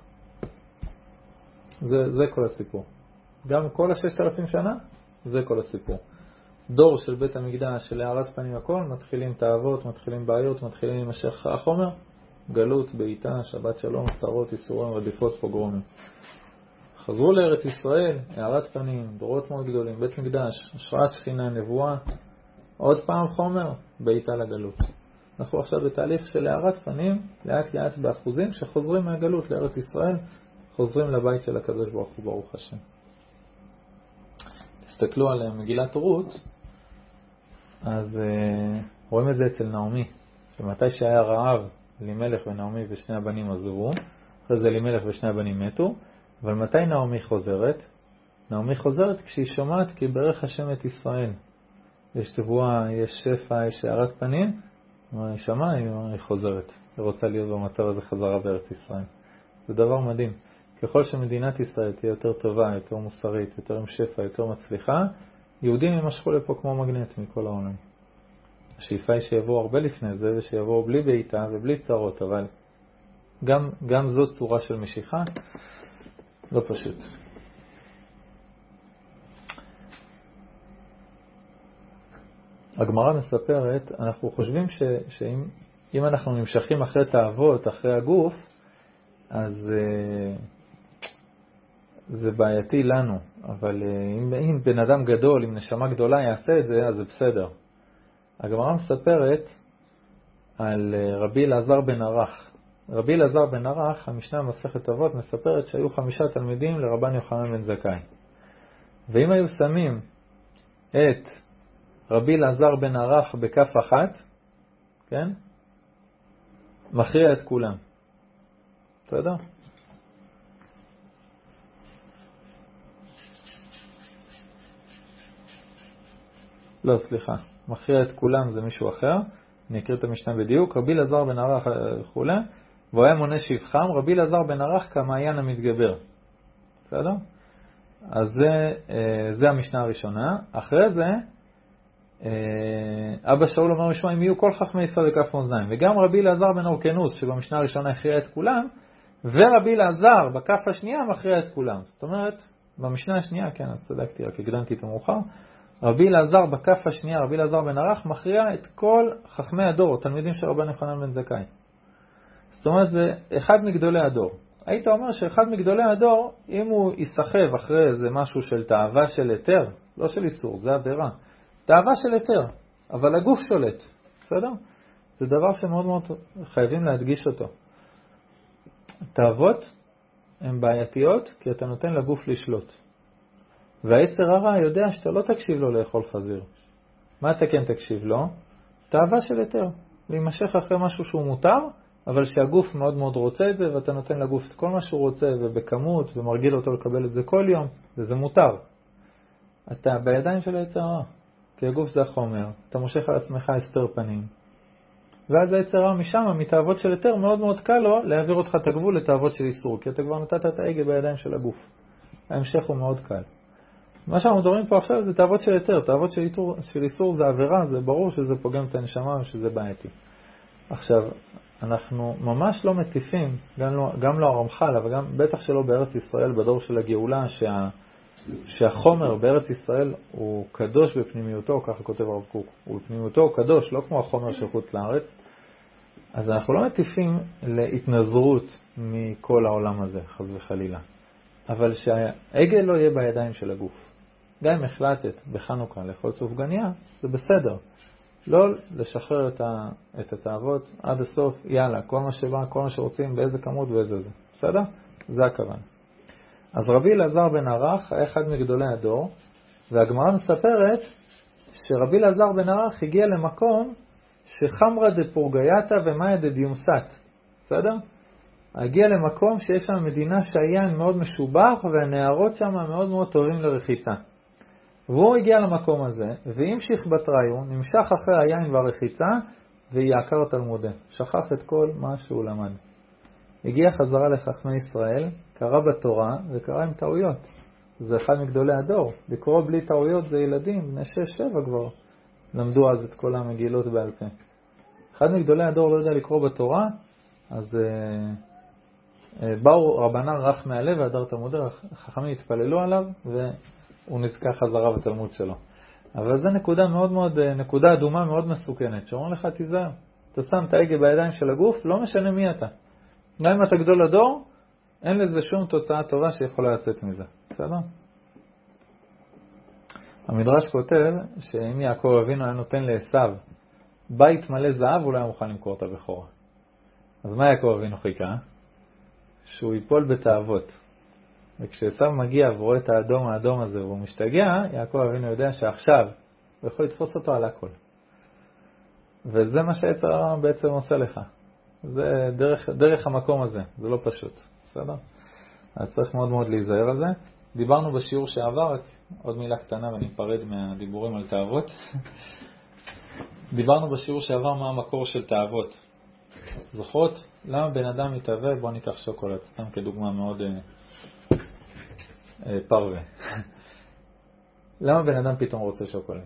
זה, זה כל הסיפור. גם כל הששת אלפים שנה, זה כל הסיפור. דור של בית המקדש, של הערת פנים הכל, מתחילים תאוות, מתחילים בעיות, מתחילים להימשך החומר, גלות, בעיטה, שבת שלום, צרות, איסורים, רדיפות, פוגרומים. חזרו לארץ ישראל, הערת פנים, דורות מאוד גדולים, בית מקדש, השראת שכינה, נבואה, עוד פעם חומר, בעיטה לגלות. אנחנו עכשיו בתהליך של הערת פנים, לאט לאט באחוזים, שחוזרים מהגלות לארץ ישראל, חוזרים לבית של הקדוש ברוך הוא, ברוך השם. תסתכלו על מגילת רות, אז uh, רואים את זה אצל נעמי, שמתי שהיה רעב, אלימלך ונעמי ושני הבנים עזבו, אחרי זה אלימלך ושני הבנים מתו, אבל מתי נעמי חוזרת? נעמי חוזרת כשהיא שומעת כי ברך השם את ישראל. יש תבואה, יש שפע, יש הערת פנים, היא שמעה, היא חוזרת. היא רוצה להיות במצב הזה חזרה בארץ ישראל. זה דבר מדהים. ככל שמדינת ישראל תהיה יותר טובה, יותר מוסרית, יותר עם שפע, יותר מצליחה, יהודים ימשכו לפה כמו מגנט מכל העולם. השאיפה היא שיבואו הרבה לפני זה, ושיבואו בלי בעיטה ובלי צרות, אבל גם, גם זו צורה של משיכה, לא פשוט. הגמרא מספרת, אנחנו חושבים ש, שאם אם אנחנו נמשכים אחרי תאוות, אחרי הגוף, אז uh, זה בעייתי לנו. אבל uh, אם, אם בן אדם גדול, אם נשמה גדולה יעשה את זה, אז זה בסדר. הגמרא מספרת על uh, רבי אלעזר בן ערך. רבי אלעזר בן ערך, המשנה במסכת אבות, מספרת שהיו חמישה תלמידים לרבן יוחנן בן זכאי. ואם היו שמים את רבי אלעזר בן ערך בכף אחת, כן? מכריע את כולם. בסדר? לא, סליחה. מכריע את כולם זה מישהו אחר. אני אקריא את המשנה בדיוק. רבי אלעזר בן ערך וכו', והוא היה מונה שבחם, רבי אלעזר בן ערך כמעיין המתגבר. בסדר? אז זה, זה המשנה הראשונה. אחרי זה, אבא שאול אומר משמע, אם יהיו כל חכמי ישראל בכף מאזניים, וגם רבי אלעזר בן אורקנוס, שבמשנה הראשונה הכריע את כולם, ורבי אלעזר בכף השנייה מכריע את כולם. זאת אומרת, במשנה השנייה, כן, אז צדקתי, רק הקדמתי את המאוחר, רבי אלעזר בכף השנייה, רבי אלעזר בן ערך, מכריע את כל חכמי הדור, תלמידים של רבן יוחנן בן זכאי. זאת אומרת, זה אחד מגדולי הדור. היית אומר שאחד מגדולי הדור, אם הוא יסחב אחרי איזה משהו של תאווה של היתר, לא של איסור, זה עבירה, תאווה של היתר, אבל הגוף שולט, בסדר? זה דבר שמאוד מאוד חייבים להדגיש אותו. תאוות הן בעייתיות כי אתה נותן לגוף לשלוט. והיצר הרע יודע שאתה לא תקשיב לו לאכול חזיר. מה אתה כן תקשיב לו? תאווה של היתר. להימשך אחרי משהו שהוא מותר, אבל שהגוף מאוד מאוד רוצה את זה, ואתה נותן לגוף את כל מה שהוא רוצה, ובכמות, ומרגיל אותו לקבל את זה כל יום, וזה מותר. אתה בידיים של היצר הרע, כי הגוף זה החומר, אתה מושך על עצמך הסתר פנים. ואז היצר הרע משם, מתאוות של היתר, מאוד מאוד קל לו להעביר אותך את הגבול לתאוות של איסור, כי אתה כבר נתת את ההגה בידיים של הגוף. ההמשך הוא מאוד קל. מה שאנחנו מדברים פה עכשיו זה תאוות של היתר, תאוות של, של איסור זה עבירה, זה ברור שזה פוגם את הנשמה ושזה בעייתי. עכשיו, אנחנו ממש לא מטיפים, גם לא, גם לא הרמח"ל, אבל גם בטח שלא בארץ ישראל, בדור של הגאולה, שה, שהחומר בארץ ישראל הוא קדוש בפנימיותו, ככה כותב הרב קוק, הוא בפנימיותו הוא קדוש, לא כמו החומר של חוץ לארץ. אז אנחנו לא מטיפים להתנזרות מכל העולם הזה, חס וחלילה. אבל שהעגל לא יהיה בידיים של הגוף. גם אם החלטת בחנוכה לאכול סופגניה, זה בסדר. לא לשחרר את, ה, את התאוות עד הסוף, יאללה, כל מה שבא, כל מה שרוצים, באיזה כמות ואיזה זה. בסדר? זה הכוון. אז רבי אלעזר בן ערך היה אחד מגדולי הדור, והגמרא מספרת שרבי אלעזר בן ערך הגיע למקום שחמרא דפורגייתא ומאיה דדיומסת. בסדר? הגיע למקום שיש שם מדינה שהיין מאוד משובח, והנערות שם מאוד מאוד טובים לרחיצה. והוא הגיע למקום הזה, והמשיך בתראיון, נמשך אחרי היין והרחיצה, ויעקר תלמודה. שכח את כל מה שהוא למד. הגיע חזרה לחכמי ישראל, קרא בתורה, וקרא עם טעויות. זה אחד מגדולי הדור. לקרוא בלי טעויות זה ילדים, בני שש שבע כבר. למדו אז את כל המגילות בעל פה. אחד מגדולי הדור לא יודע לקרוא בתורה, אז uh, uh, באו רבנן רך מהלב והדר תלמודי, חכמים התפללו עליו, והוא נזכר חזרה בתלמוד שלו. אבל זו נקודה מאוד מאוד, נקודה אדומה מאוד מסוכנת, שאומר לך תיזהר, אתה שם את ההגה בידיים של הגוף, לא משנה מי אתה. גם אם אתה גדול הדור, אין לזה שום תוצאה טובה שיכולה לצאת מזה. בסדר? המדרש כותב שאם יעקב אבינו היה נותן לעשיו בית מלא זהב, הוא לא היה מוכן למכור את הבכורה. אז מה יעקב אבינו חיכה? שהוא ייפול בתאוות. וכשעשיו מגיע ורואה את האדום האדום הזה והוא משתגע, יעקב אבינו יודע שעכשיו הוא יכול לתפוס אותו על הכל. וזה מה שיצר הרע בעצם עושה לך. זה דרך, דרך המקום הזה, זה לא פשוט. בסדר? אז צריך מאוד מאוד להיזהר על זה. דיברנו בשיעור שעבר, עוד מילה קטנה ואני אפרד מהדיבורים על תאוות. דיברנו בשיעור שעבר מה המקור של תאוות. זוכרות? למה בן אדם מתאווה? בוא ניקח שוקולד, סתם כדוגמה מאוד אה, אה, פרווה. למה בן אדם פתאום רוצה שוקולד?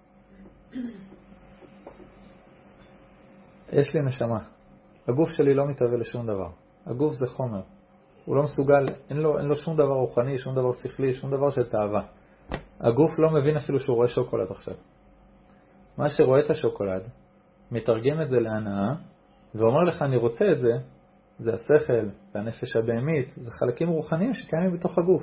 יש לי נשמה. הגוף שלי לא מתאווה לשום דבר. הגוף זה חומר. הוא לא מסוגל, אין לו, אין לו שום דבר רוחני, שום דבר שכלי, שום דבר של תאווה. הגוף לא מבין אפילו שהוא רואה שוקולד עכשיו. מה שרואה את השוקולד, מתרגם את זה להנאה, ואומר לך אני רוצה את זה, זה השכל, זה הנפש הבהמית, זה חלקים רוחניים שקיימים בתוך הגוף.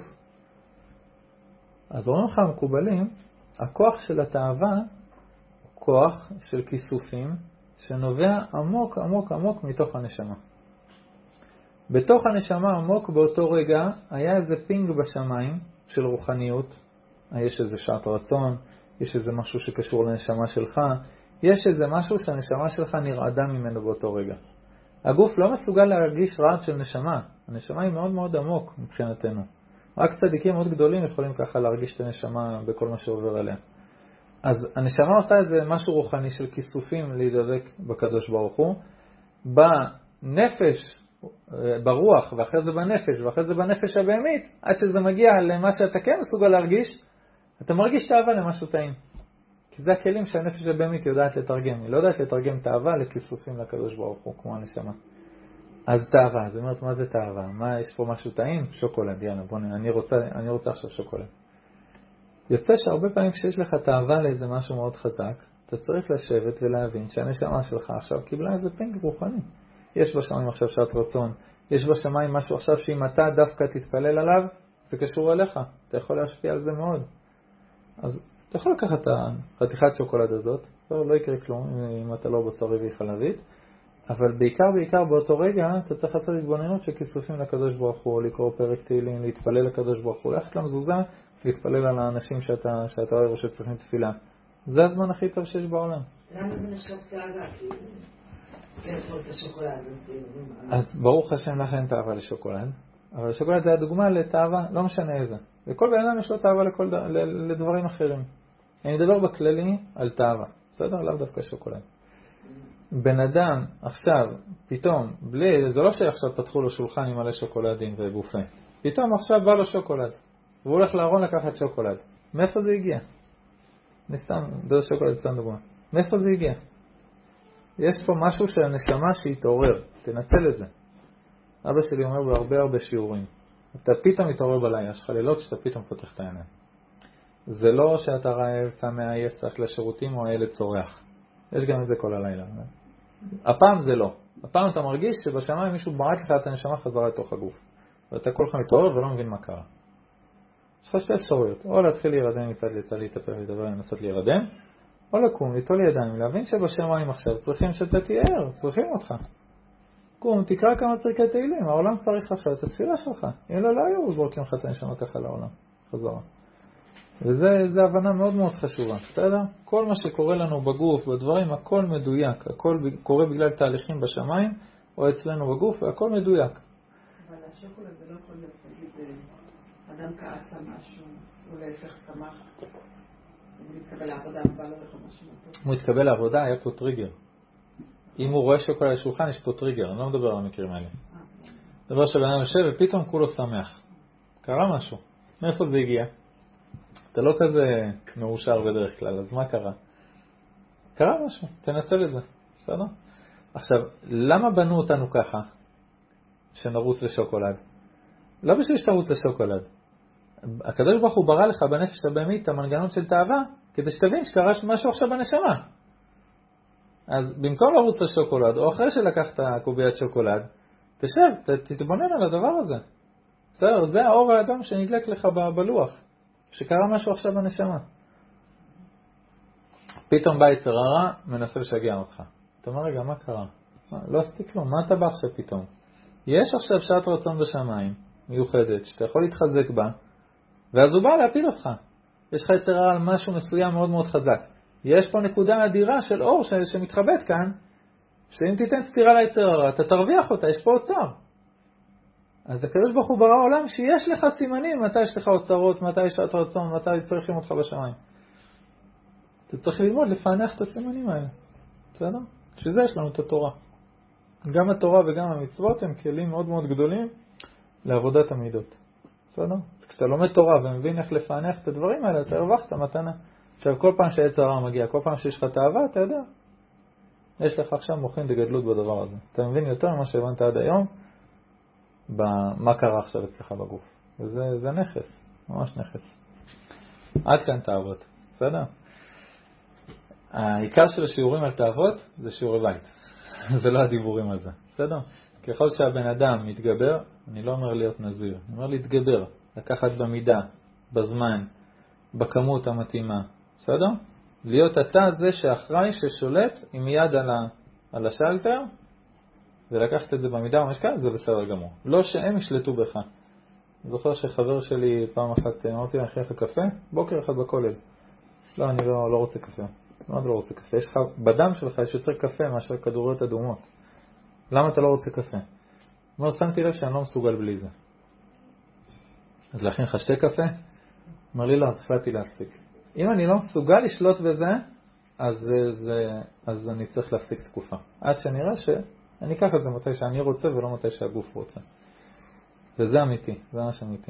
אז אומרים לך המקובלים, הכוח של התאווה הוא כוח של כיסופים, שנובע עמוק עמוק עמוק מתוך הנשמה. בתוך הנשמה עמוק באותו רגע היה איזה פינג בשמיים של רוחניות, יש איזה שעת רצון, יש איזה משהו שקשור לנשמה שלך, יש איזה משהו שהנשמה שלך נרעדה ממנו באותו רגע. הגוף לא מסוגל להרגיש רעד של נשמה, הנשמה היא מאוד מאוד עמוק מבחינתנו. רק צדיקים מאוד גדולים יכולים ככה להרגיש את הנשמה בכל מה שעובר עליה. אז הנשמה עושה איזה משהו רוחני של כיסופים להידבק בקדוש ברוך הוא. בנפש, ברוח, ואחרי זה בנפש, ואחרי זה בנפש הבהמית, עד שזה מגיע למה שאתה כן מסוגל להרגיש, אתה מרגיש תאווה למשהו טעים. כי זה הכלים שהנפש הבהמית יודעת לתרגם. היא לא יודעת לתרגם תאווה לכיסופים לקדוש ברוך הוא, כמו הנשמה. אז תאווה, זאת אומרת, מה זה תאווה? מה, יש פה משהו טעים? שוקולד, יאללה, בוא נראה, אני רוצה, אני רוצה עכשיו שוקולד. יוצא שהרבה פעמים כשיש לך תאווה לאיזה משהו מאוד חזק, אתה צריך לשבת ולהבין שהנשמה שלך עכשיו קיבלה איזה פינג רוחני. יש בשמיים עכשיו שעת רצון, יש בשמיים משהו עכשיו שאם אתה דווקא תתפלל עליו, זה קשור אליך, אתה יכול להשפיע על זה מאוד. אז אתה יכול לקחת את החתיכת שוקולד הזאת, לא יקרה כלום אם אתה לא בשר רביעי חלבית, אבל בעיקר בעיקר באותו רגע אתה צריך לעשות התבוננות של כיסופים לקדוש ברוך הוא, לקרוא פרק תהילים, להתפלל לקדוש ברוך הוא, ללכת למזוזה, להתפלל על האנשים שאתה, שאתה אוהב או שצריכים תפילה. זה הזמן הכי טוב שיש בעולם. למה זה נחשב תאווה? כי יש פה את השוקולד. אז ברוך השם לך אין תאווה לשוקולד, אבל השוקולד זה הדוגמה לתאווה, לא משנה איזה. וכל בן אדם יש לו תאווה לכל, לדברים אחרים. אני מדבר בכללי על תאווה, בסדר? לאו דווקא שוקולד. בן אדם עכשיו, פתאום, בלי, זה לא שעכשיו פתחו לו שולחן עם מלא שוקולדים ובופה. פתאום עכשיו בא לו שוקולד, והוא הולך לארון לקחת שוקולד. מאיפה זה הגיע? נסתם, זה שוקולד, סתם דוגמה. מאיפה זה הגיע? יש פה משהו שהנשמה שהתעורר, תנצל את זה. אבא שלי אומר בהרבה הרבה שיעורים. אתה פתאום מתעורר בלילה, יש לך לילות שאתה פתאום פותח את העיניים. זה לא שאתה רעב, צמא, עייף, צריך לשירותים או הילד צורח. יש גם את זה כל הלילה. הפעם זה לא. הפעם אתה מרגיש שבשמיים מישהו ברק לך את הנשמה חזרה לתוך הגוף. ואתה כל כך מתעורר ולא מבין מה קרה. יש לך שתי אפשרויות. או להתחיל להירדם מצד לצד, להתאפר, לדבר, לנסות להירדם, או לקום, ליטול ידיים, להבין שבשמיים עכשיו צריכים שאתה תיער, צריכים אותך. קום, תקרא כמה פרקי תהילים, העולם צריך עכשיו את התפילה שלך. אם לא, לא היו זורקים לך את הנשמה ככה לעולם. חזרה. וזה הבנה מאוד מאוד חשובה, בסדר? כל מה שקורה לנו בגוף, בדברים, הכל מדויק. הכל קורה בגלל תהליכים בשמיים, או אצלנו בגוף, והכל מדויק. אבל השוקולד זה לא יכול להיות, תגיד, אדם כעס על משהו, הוא להפך שמח. הוא מתקבל לעבודה, הוא בא לו לך משהו. הוא מתקבל לעבודה, היה פה טריגר. אם הוא רואה שוקולד על השולחן, יש פה טריגר, אני לא מדבר על המקרים האלה. דבר שבן אדם יושב ופתאום כולו שמח. קרה משהו. מאיפה זה הגיע? אתה לא כזה מאושר בדרך כלל, אז מה קרה? קרה משהו, תנצל את זה, בסדר? עכשיו, למה בנו אותנו ככה, שנרוץ לשוקולד? לא בשביל שתרוץ לשוקולד. הקדוש ברוך הוא ברא לך בנפש הבהמית את המנגנון של תאווה, כדי שתבין שקרה משהו עכשיו בנשמה. אז במקום לרוץ לשוקולד, או אחרי שלקחת קוביית שוקולד, תשב, תתבונן על הדבר הזה. בסדר, זה האור האדום שנדלק לך בלוח. שקרה משהו עכשיו בנשמה. פתאום בא יצר הרע, מנסה לשגע אותך. אתה אומר, רגע, מה קרה? מה, לא עשיתי כלום, מה אתה בא עכשיו פתאום? יש עכשיו שעת רצון בשמיים, מיוחדת, שאתה יכול להתחזק בה, ואז הוא בא להפיל אותך. יש לך יצר הרע על משהו מסוים מאוד מאוד חזק. יש פה נקודה אדירה של אור ש... שמתחבט כאן, שאם תיתן סתירה ליצר הרע, אתה תרוויח אותה, יש פה אוצר. אז הקדוש ברוך הוא ברא עולם שיש לך סימנים, מתי יש לך אוצרות, מתי יש שעת רצון, מתי צריכים אותך בשמיים. אתה צריך ללמוד לפענח את הסימנים האלה. בסדר? שזה יש לנו את התורה. גם התורה וגם המצוות הם כלים מאוד מאוד גדולים לעבודת המידות. בסדר? אז כשאתה לומד תורה ומבין איך לפענח את הדברים האלה, אתה הרווחת מתנה. עכשיו כל פעם שהיצר הרע מגיע, כל פעם שיש לך תאווה, אתה יודע. יש לך עכשיו מוחין דגדלות בדבר הזה. אתה מבין יותר ממה שהבנת עד היום, במה קרה עכשיו אצלך בגוף. וזה זה נכס, ממש נכס. עד כאן תאוות, בסדר? העיקר של השיעורים על תאוות זה שיעורי בית. זה לא הדיבורים על זה, בסדר? ככל שהבן אדם מתגבר, אני לא אומר להיות נזיר, אני אומר להתגבר, לקחת במידה, בזמן, בכמות המתאימה, בסדר? להיות אתה זה שאחראי, ששולט עם יד על, ה, על השלטר, ולקחת את זה במידה ומשקל, זה בסדר גמור. לא שהם ישלטו בך. אני זוכר שחבר שלי פעם אחת, אמרתי לה, אחרי לך קפה, בוקר אחד בכולל. לא, אני לא, לא רוצה קפה. מאוד לא רוצה קפה. יש לך, בדם שלך יש יותר קפה מאשר כדוריות אדומות. למה אתה לא רוצה קפה? אומר, שמתי לב שאני לא מסוגל בלי זה. אז להכין לך שתי קפה? אומר לי, לא, אז החלטתי להפסיק. אם אני לא מסוגל לשלוט בזה, אז, זה, זה, אז אני צריך להפסיק תקופה. עד שנראה שאני אקח את זה מתי שאני רוצה ולא מתי שהגוף רוצה. וזה אמיתי, זה ממש אמיתי.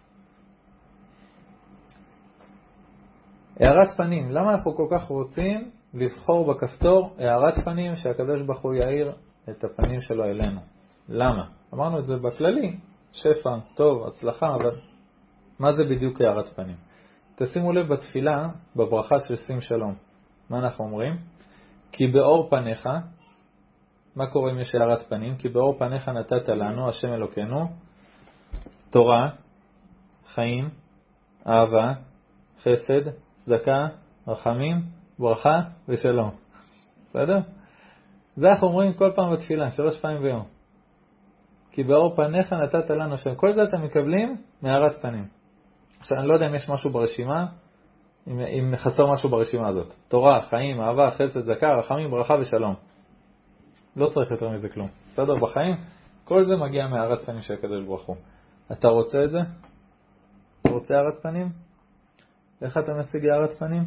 הערת פנים, למה אנחנו כל כך רוצים לבחור בכפתור הערת פנים שהקדוש ברוך הוא יאיר את הפנים שלו אלינו? למה? אמרנו את זה בכללי, שפע, טוב, הצלחה, אבל מה זה בדיוק הערת פנים? תשימו לב בתפילה, בברכה של שים שלום. מה אנחנו אומרים? כי באור פניך, מה קורה אם יש הערת פנים? כי באור פניך נתת לנו, השם אלוקינו, תורה, חיים, אהבה, חסד, צדקה, רחמים, ברכה ושלום. בסדר? זה אנחנו אומרים כל פעם בתפילה, שלוש פעמים ביום. כי באור פניך נתת לנו השם. כל זה אתם מקבלים מהערת פנים. עכשיו אני לא יודע אם יש משהו ברשימה, אם, אם חסר משהו ברשימה הזאת. תורה, חיים, אהבה, חסד, צדקה, רחמים, ברכה ושלום. לא צריך יותר מזה כלום. בסדר? בחיים, כל זה מגיע מהערת פנים של הקדוש ברוך הוא. אתה רוצה את זה? אתה רוצה הערת פנים? איך אתה משיג הערת פנים?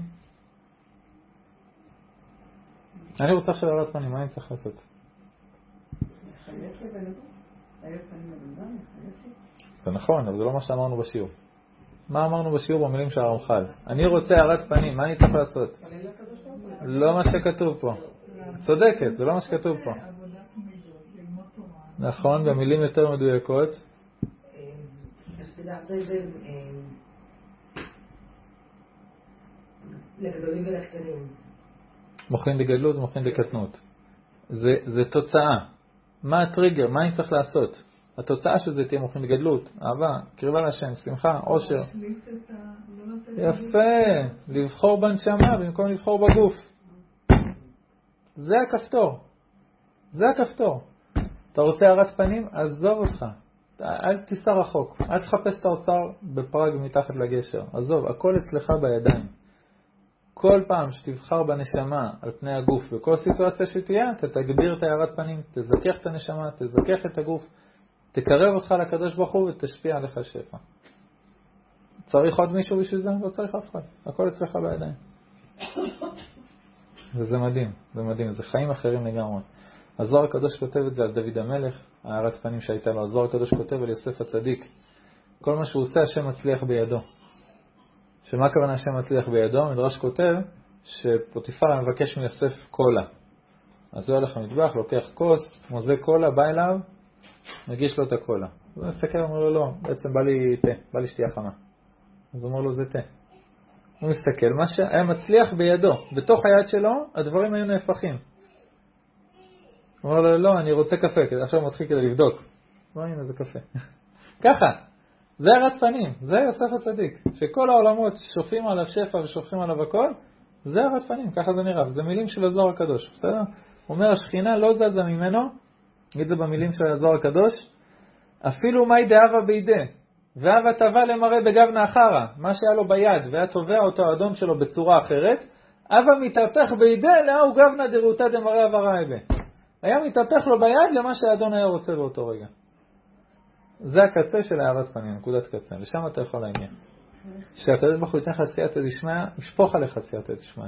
אני רוצה עכשיו הערת פנים, מה אני צריך לעשות? לחלק לבן אדם? הערת פנים לבן אדם? זה נכון, אבל זה לא מה שאמרנו בשיעור. מה אמרנו בשיעור במילים של הרמח"ל? אני רוצה הערת פנים, מה אני צריך לעשות? לא מה שכתוב פה. צודקת, זה לא מה שכתוב פה. נכון, במילים יותר מדויקות. לגדולים ולקטנים. מוכין דגדלות ומוכין דקטנות. זה, זה תוצאה. מה הטריגר? מה אני צריך לעשות? התוצאה של זה תהיה מוכין דגדלות, אהבה, קרבה לשם, שמחה, עושר. יפה, לבחור בנשמה במקום לבחור בגוף. זה הכפתור. זה הכפתור. אתה רוצה הערת פנים? עזוב אותך. אל תיסע רחוק. אל תחפש את האוצר בפראג מתחת לגשר. עזוב, הכל אצלך בידיים. כל פעם שתבחר בנשמה על פני הגוף, בכל סיטואציה שתהיה, אתה תגביר את הערת פנים, תזכח את הנשמה, תזכח את הגוף, תקרב אותך לקדוש ברוך הוא ותשפיע עליך שפע. צריך עוד מישהו בשביל זה? לא צריך אף אחד. הכל אצלך בידיים. וזה מדהים, זה מדהים, זה חיים אחרים לגמרי. הזוהר הקדוש כותב את זה על דוד המלך, הערת פנים שהייתה לו. הזוהר הקדוש כותב על יוסף הצדיק. כל מה שהוא עושה, השם מצליח בידו. שמה הכוונה השם מצליח בידו? מדרש כותב שפוטיפר מבקש מיוסף קולה. אז הוא הולך למטבח, לוקח כוס, מוזה קולה, בא אליו, מגיש לו את הקולה. הוא מסתכל, אומר לו, לא, בעצם בא לי תה, בא לי שתייה חמה. אז הוא אומר לו, זה תה. הוא מסתכל, מה שהיה מצליח בידו, בתוך היד שלו, הדברים היו נהפכים. הוא אומר לו, לא, אני רוצה קפה, עכשיו הוא מתחיל כדי לבדוק. לא, הנה, זה קפה. ככה. זה הערת פנים, זה יוסף הצדיק. שכל העולמות שופכים עליו שפע ושופכים עליו הכל, זה הערת פנים, ככה זה נראה. זה מילים של הזוהר הקדוש, בסדר? הוא אומר, השכינה לא זזה ממנו, נגיד זה במילים של הזוהר הקדוש, אפילו מי דאבה בידי, ואהבה טבע למראה בגב נאחרה, מה שהיה לו ביד, והיה תובע אותו האדון שלו בצורה אחרת, אהבה מתהפך בידי, לאהו גבנה דרותה דמראה עברה אבה. היה מתהפך לו ביד למה שהאדון היה רוצה באותו רגע. זה הקצה של הערת פנים, נקודת קצה, לשם אתה יכול להגיע. שהקדוש ברוך הוא ייתן לך סייעתא דשמיא, ישפוך עליך סייעתא דשמיא.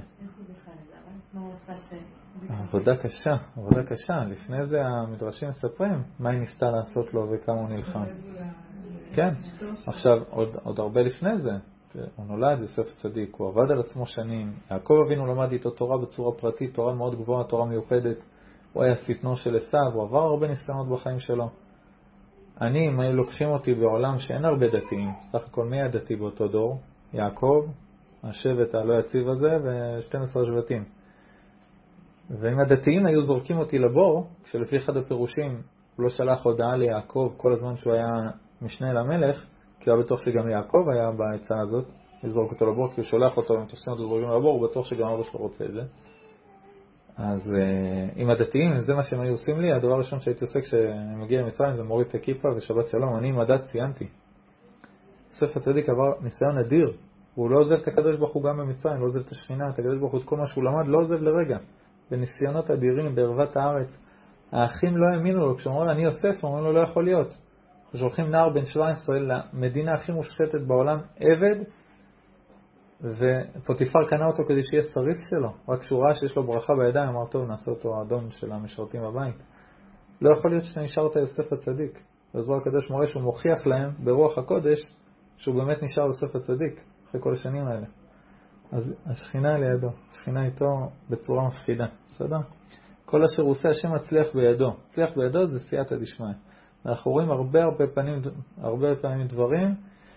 עבודה קשה, עבודה קשה. לפני זה המדרשים מספרים מה היא ניסתה לעשות לו וכמה הוא נלחם. כן, עכשיו עוד, עוד הרבה לפני זה, הוא נולד יוסף הצדיק, הוא עבד על עצמו שנים, יעקב אבינו למד איתו תורה בצורה פרטית, תורה מאוד גבוהה, תורה מיוחדת, הוא היה שטנו של עשיו, הוא עבר הרבה ניסיונות בחיים שלו. אני, אם היו לוקחים אותי בעולם שאין הרבה דתיים, סך הכל מי הדתי באותו דור? יעקב, השבט הלא יציב הזה ו-שנים עשר שבטים. ואם הדתיים היו זורקים אותי לבור, כשלפי אחד הפירושים הוא לא שלח הודעה ליעקב כל הזמן שהוא היה משנה למלך, כי הוא בטוח שגם יעקב היה בעצה הזאת, לזרוק אותו לבור, כי הוא שולח אותו, אם תופסים אותו זורקים לבור, הוא בטוח שגם אבא שלו רוצה את זה. אז עם הדתיים, זה מה שהם היו עושים לי, הדבר הראשון שהייתי עושה כשאני מגיע למצרים זה מוריד את הכיפה ושבת שלום, אני עם הדת ציינתי. יוסף הצדיק עבר ניסיון אדיר, הוא לא עוזב את הקדוש ברוך הוא גם במצרים, לא עוזב את השכינה, את הקדוש ברוך הוא, את כל מה שהוא למד, לא עוזב לרגע. בניסיונות אדירים, בערבת הארץ, האחים לא האמינו לו, כשאומרו לו אני יוסף, אומרים לו לא יכול להיות. כששולחים נער בן שבע עשרה למדינה הכי מושחתת בעולם, עבד, ופוטיפר קנה אותו כדי שיהיה סריס שלו, רק כשהוא ראה שיש לו ברכה בידיים, אמר טוב, נעשה אותו האדון של המשרתים בבית. לא יכול להיות שנשארת יוסף הצדיק. וזרוע הקדוש מורה שהוא מוכיח להם ברוח הקודש שהוא באמת נשאר יוסף הצדיק אחרי כל השנים האלה. אז השכינה לידו, השכינה איתו בצורה מפחידה, בסדר? כל אשר הוא עושה השם מצליח בידו. מצליח בידו זה סייעתא דשמיא. אנחנו רואים הרבה הרבה פעמים, הרבה פעמים דברים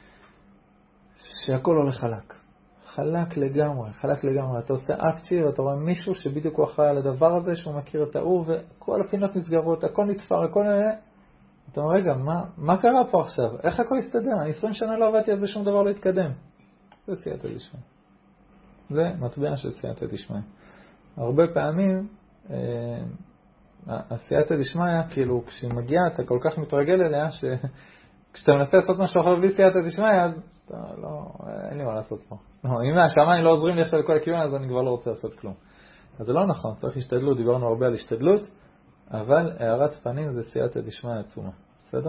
שהכל הולך חלק. חלק לגמרי, חלק לגמרי. אתה עושה אקציה ואתה רואה מישהו שבדיוק הוא אחראי על הדבר הזה, שהוא מכיר את האור וכל הפינות נסגרות, הכל נתפר, הכל... אתה אומר, רגע, מה, מה קרה פה עכשיו? איך הכל הסתדר? אני עשרים שנה לא עבדתי על זה, שום דבר לא התקדם. זה סייעתא דשמיא. זה מטבע של סייעתא דשמיא. הרבה פעמים, אה, הסייעתא דשמיא, כאילו, כשהיא מגיעה, אתה כל כך מתרגל אליה, שכשאתה מנסה לעשות משהו אחר בלי סייעתא דשמיא, אז אתה לא, אין לי מה לעשות פה. לא, אם השמיים לא עוזרים לי עכשיו לכל הכיוון, אז אני כבר לא רוצה לעשות כלום. אז זה לא נכון, צריך השתדלות, דיברנו הרבה על השתדלות, אבל הערת פנים זה סייעתא דשמיא עצומה. בסדר?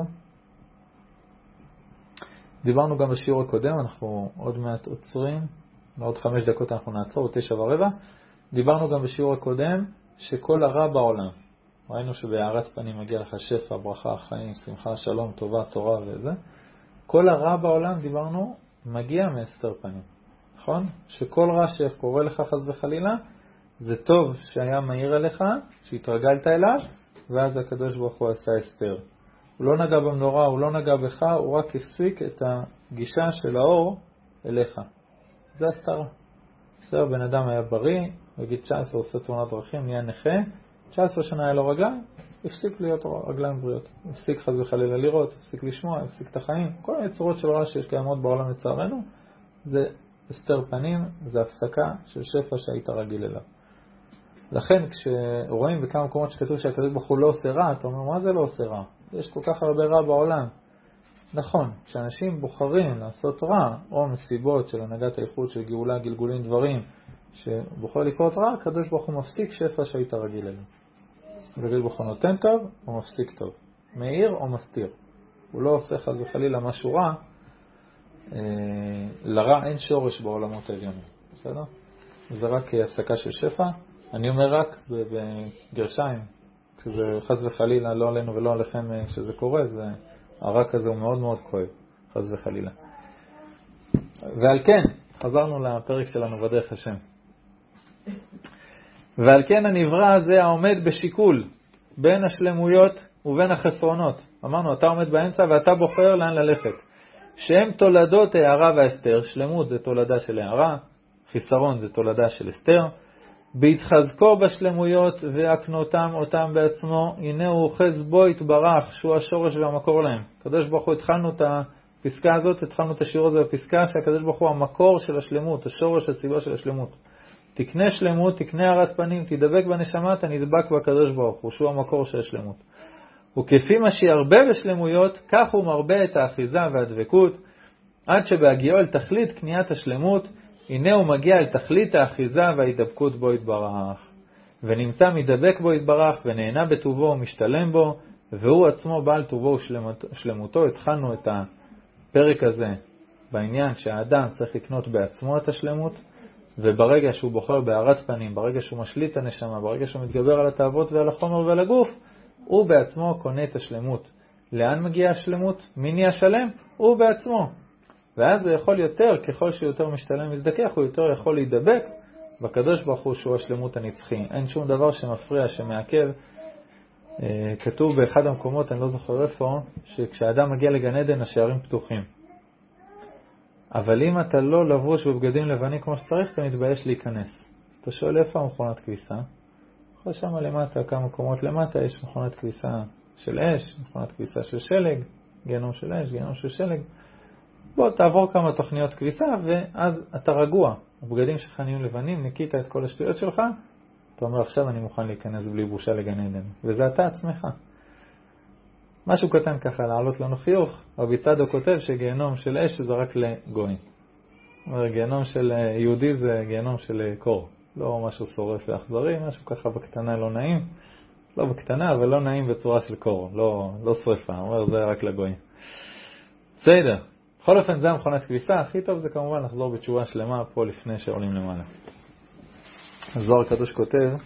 דיברנו גם בשיעור הקודם, אנחנו עוד מעט עוצרים, עוד חמש דקות אנחנו נעצור, תשע ורבע. דיברנו גם בשיעור הקודם שכל הרע בעולם, ראינו שבהערת פנים מגיע לך שפע, ברכה, חיים, שמחה, שלום, טובה, תורה וזה. כל הרע בעולם, דיברנו, מגיע מהסתר פנים. נכון? שכל רע שקורה לך חס וחלילה, זה טוב שהיה מהיר אליך, שהתרגלת אליו, ואז הקדוש ברוך הוא עשה הסתר. הוא לא נגע במנורה, הוא לא נגע בך, הוא רק הפסיק את הגישה של האור אליך. זה הסתרה. בסדר, בן אדם היה בריא, בגיל תשע עשרה עושה תאונת דרכים, נהיה נכה, תשע עשרה שנה היה לו רגליים, הפסיק להיות רגליים בריאות. הפסיק חס וחלילה לראות, הפסיק לשמוע, הפסיק את החיים. כל מיני צורות של רע שיש קיימות בעולם לצערנו, זה הסתר פנים, זה הפסקה של שפע שהיית רגיל אליו. לכן כשרואים בכמה מקומות שכתוב שהקדוש ברוך הוא לא עושה רע, אתה אומר, מה זה לא עושה רע? יש כל כך הרבה רע בעולם. נכון, כשאנשים בוחרים לעשות רע, או מסיבות של הנהגת האיחוד של גאולה, גלגולים, דברים, שבוחר לקרות רע, הקדוש ברוך הוא מפסיק שפע שהיית רגיל אליו. הקדוש ברוך הוא נותן טוב, או מפסיק טוב. מאיר או מסתיר. הוא לא עושה חס וחלילה משהו רע, אה, לרע אין שורש בעולמות העליונים. בסדר? זה רק הפסקה של שפע. אני אומר רק בגרשיים, כשזה חס וחלילה לא עלינו ולא עליכם כשזה קורה, זה, הרק הזה הוא מאוד מאוד כואב, חס וחלילה. ועל כן, חזרנו לפרק שלנו בדרך השם. ועל כן הנברא הזה העומד בשיקול בין השלמויות ובין החסרונות. אמרנו, אתה עומד באמצע ואתה בוחר לאן ללכת. שהם תולדות הערה והסתר. שלמות זה תולדה של הערה, חיסרון זה תולדה של הסתר. בהתחזקו בשלמויות והקנותם אותם בעצמו, הנה הוא אוחז בו התברך, שהוא השורש והמקור להם. הקדוש ברוך הוא, התחלנו את הפסקה הזאת, התחלנו את השיעור הזה בפסקה, שהקדוש ברוך הוא המקור של השלמות, השורש, הסיבה של השלמות. תקנה שלמות, תקנה הערת פנים, תדבק בנשמה, אתה נדבק בקדוש ברוך הוא, שהוא המקור של השלמות. וכפי מה שירבה בשלמויות, כך הוא מרבה את האחיזה והדבקות, עד שבהגיעו אל תכלית קניית השלמות, הנה הוא מגיע אל תכלית האחיזה וההידבקות בו יתברך. ונמצא מדבק בו יתברך, ונהנה בטובו ומשתלם בו, והוא עצמו בעל טובו ושלמותו. התחלנו את הפרק הזה בעניין שהאדם צריך לקנות בעצמו את השלמות, וברגע שהוא בוחר בהארת פנים, ברגע שהוא משליט את הנשמה, ברגע שהוא מתגבר על התאוות ועל החומר ועל הגוף, הוא בעצמו קונה את השלמות. לאן מגיעה השלמות? מי נהיה שלם? הוא בעצמו. ואז זה יכול יותר, ככל שהוא יותר משתלם מזדכך, הוא יותר יכול להידבק בקדוש ברוך הוא שהוא השלמות הנצחי. אין שום דבר שמפריע, שמעכב. כתוב באחד המקומות, אני לא זוכר איפה, שכשאדם מגיע לגן עדן השערים פתוחים. אבל אם אתה לא לבוש בבגדים לבנים כמו שצריך, אתה מתבייש להיכנס. אז אתה שואל איפה המכונת כביסה? אחרי שם למטה, כמה מקומות למטה, יש מכונת כביסה של אש, מכונת כביסה של שלג, גיהנום של אש, גיהנום של שלג. בוא תעבור כמה תוכניות כביסה ואז אתה רגוע. הבגדים שלך נהיים לבנים, ניקית את כל השטויות שלך, אתה אומר עכשיו אני מוכן להיכנס בלי בושה לגן עדן. וזה אתה עצמך. משהו קטן ככה, לעלות לנו חיוך. רבי צדוק כותב שגיהנום של אש זה רק לגויים. גיהנום של יהודי זה גיהנום של קור. לא משהו שורף ואכזרי, משהו ככה בקטנה לא נעים. לא בקטנה, אבל לא נעים בצורה של קור. לא, לא שריפה. אומר זה רק לגויים. בסדר. בכל אופן זה המכונת כביסה, הכי טוב זה כמובן לחזור בתשובה שלמה פה לפני שעולים למעלה. הזוהר הקדוש כותב,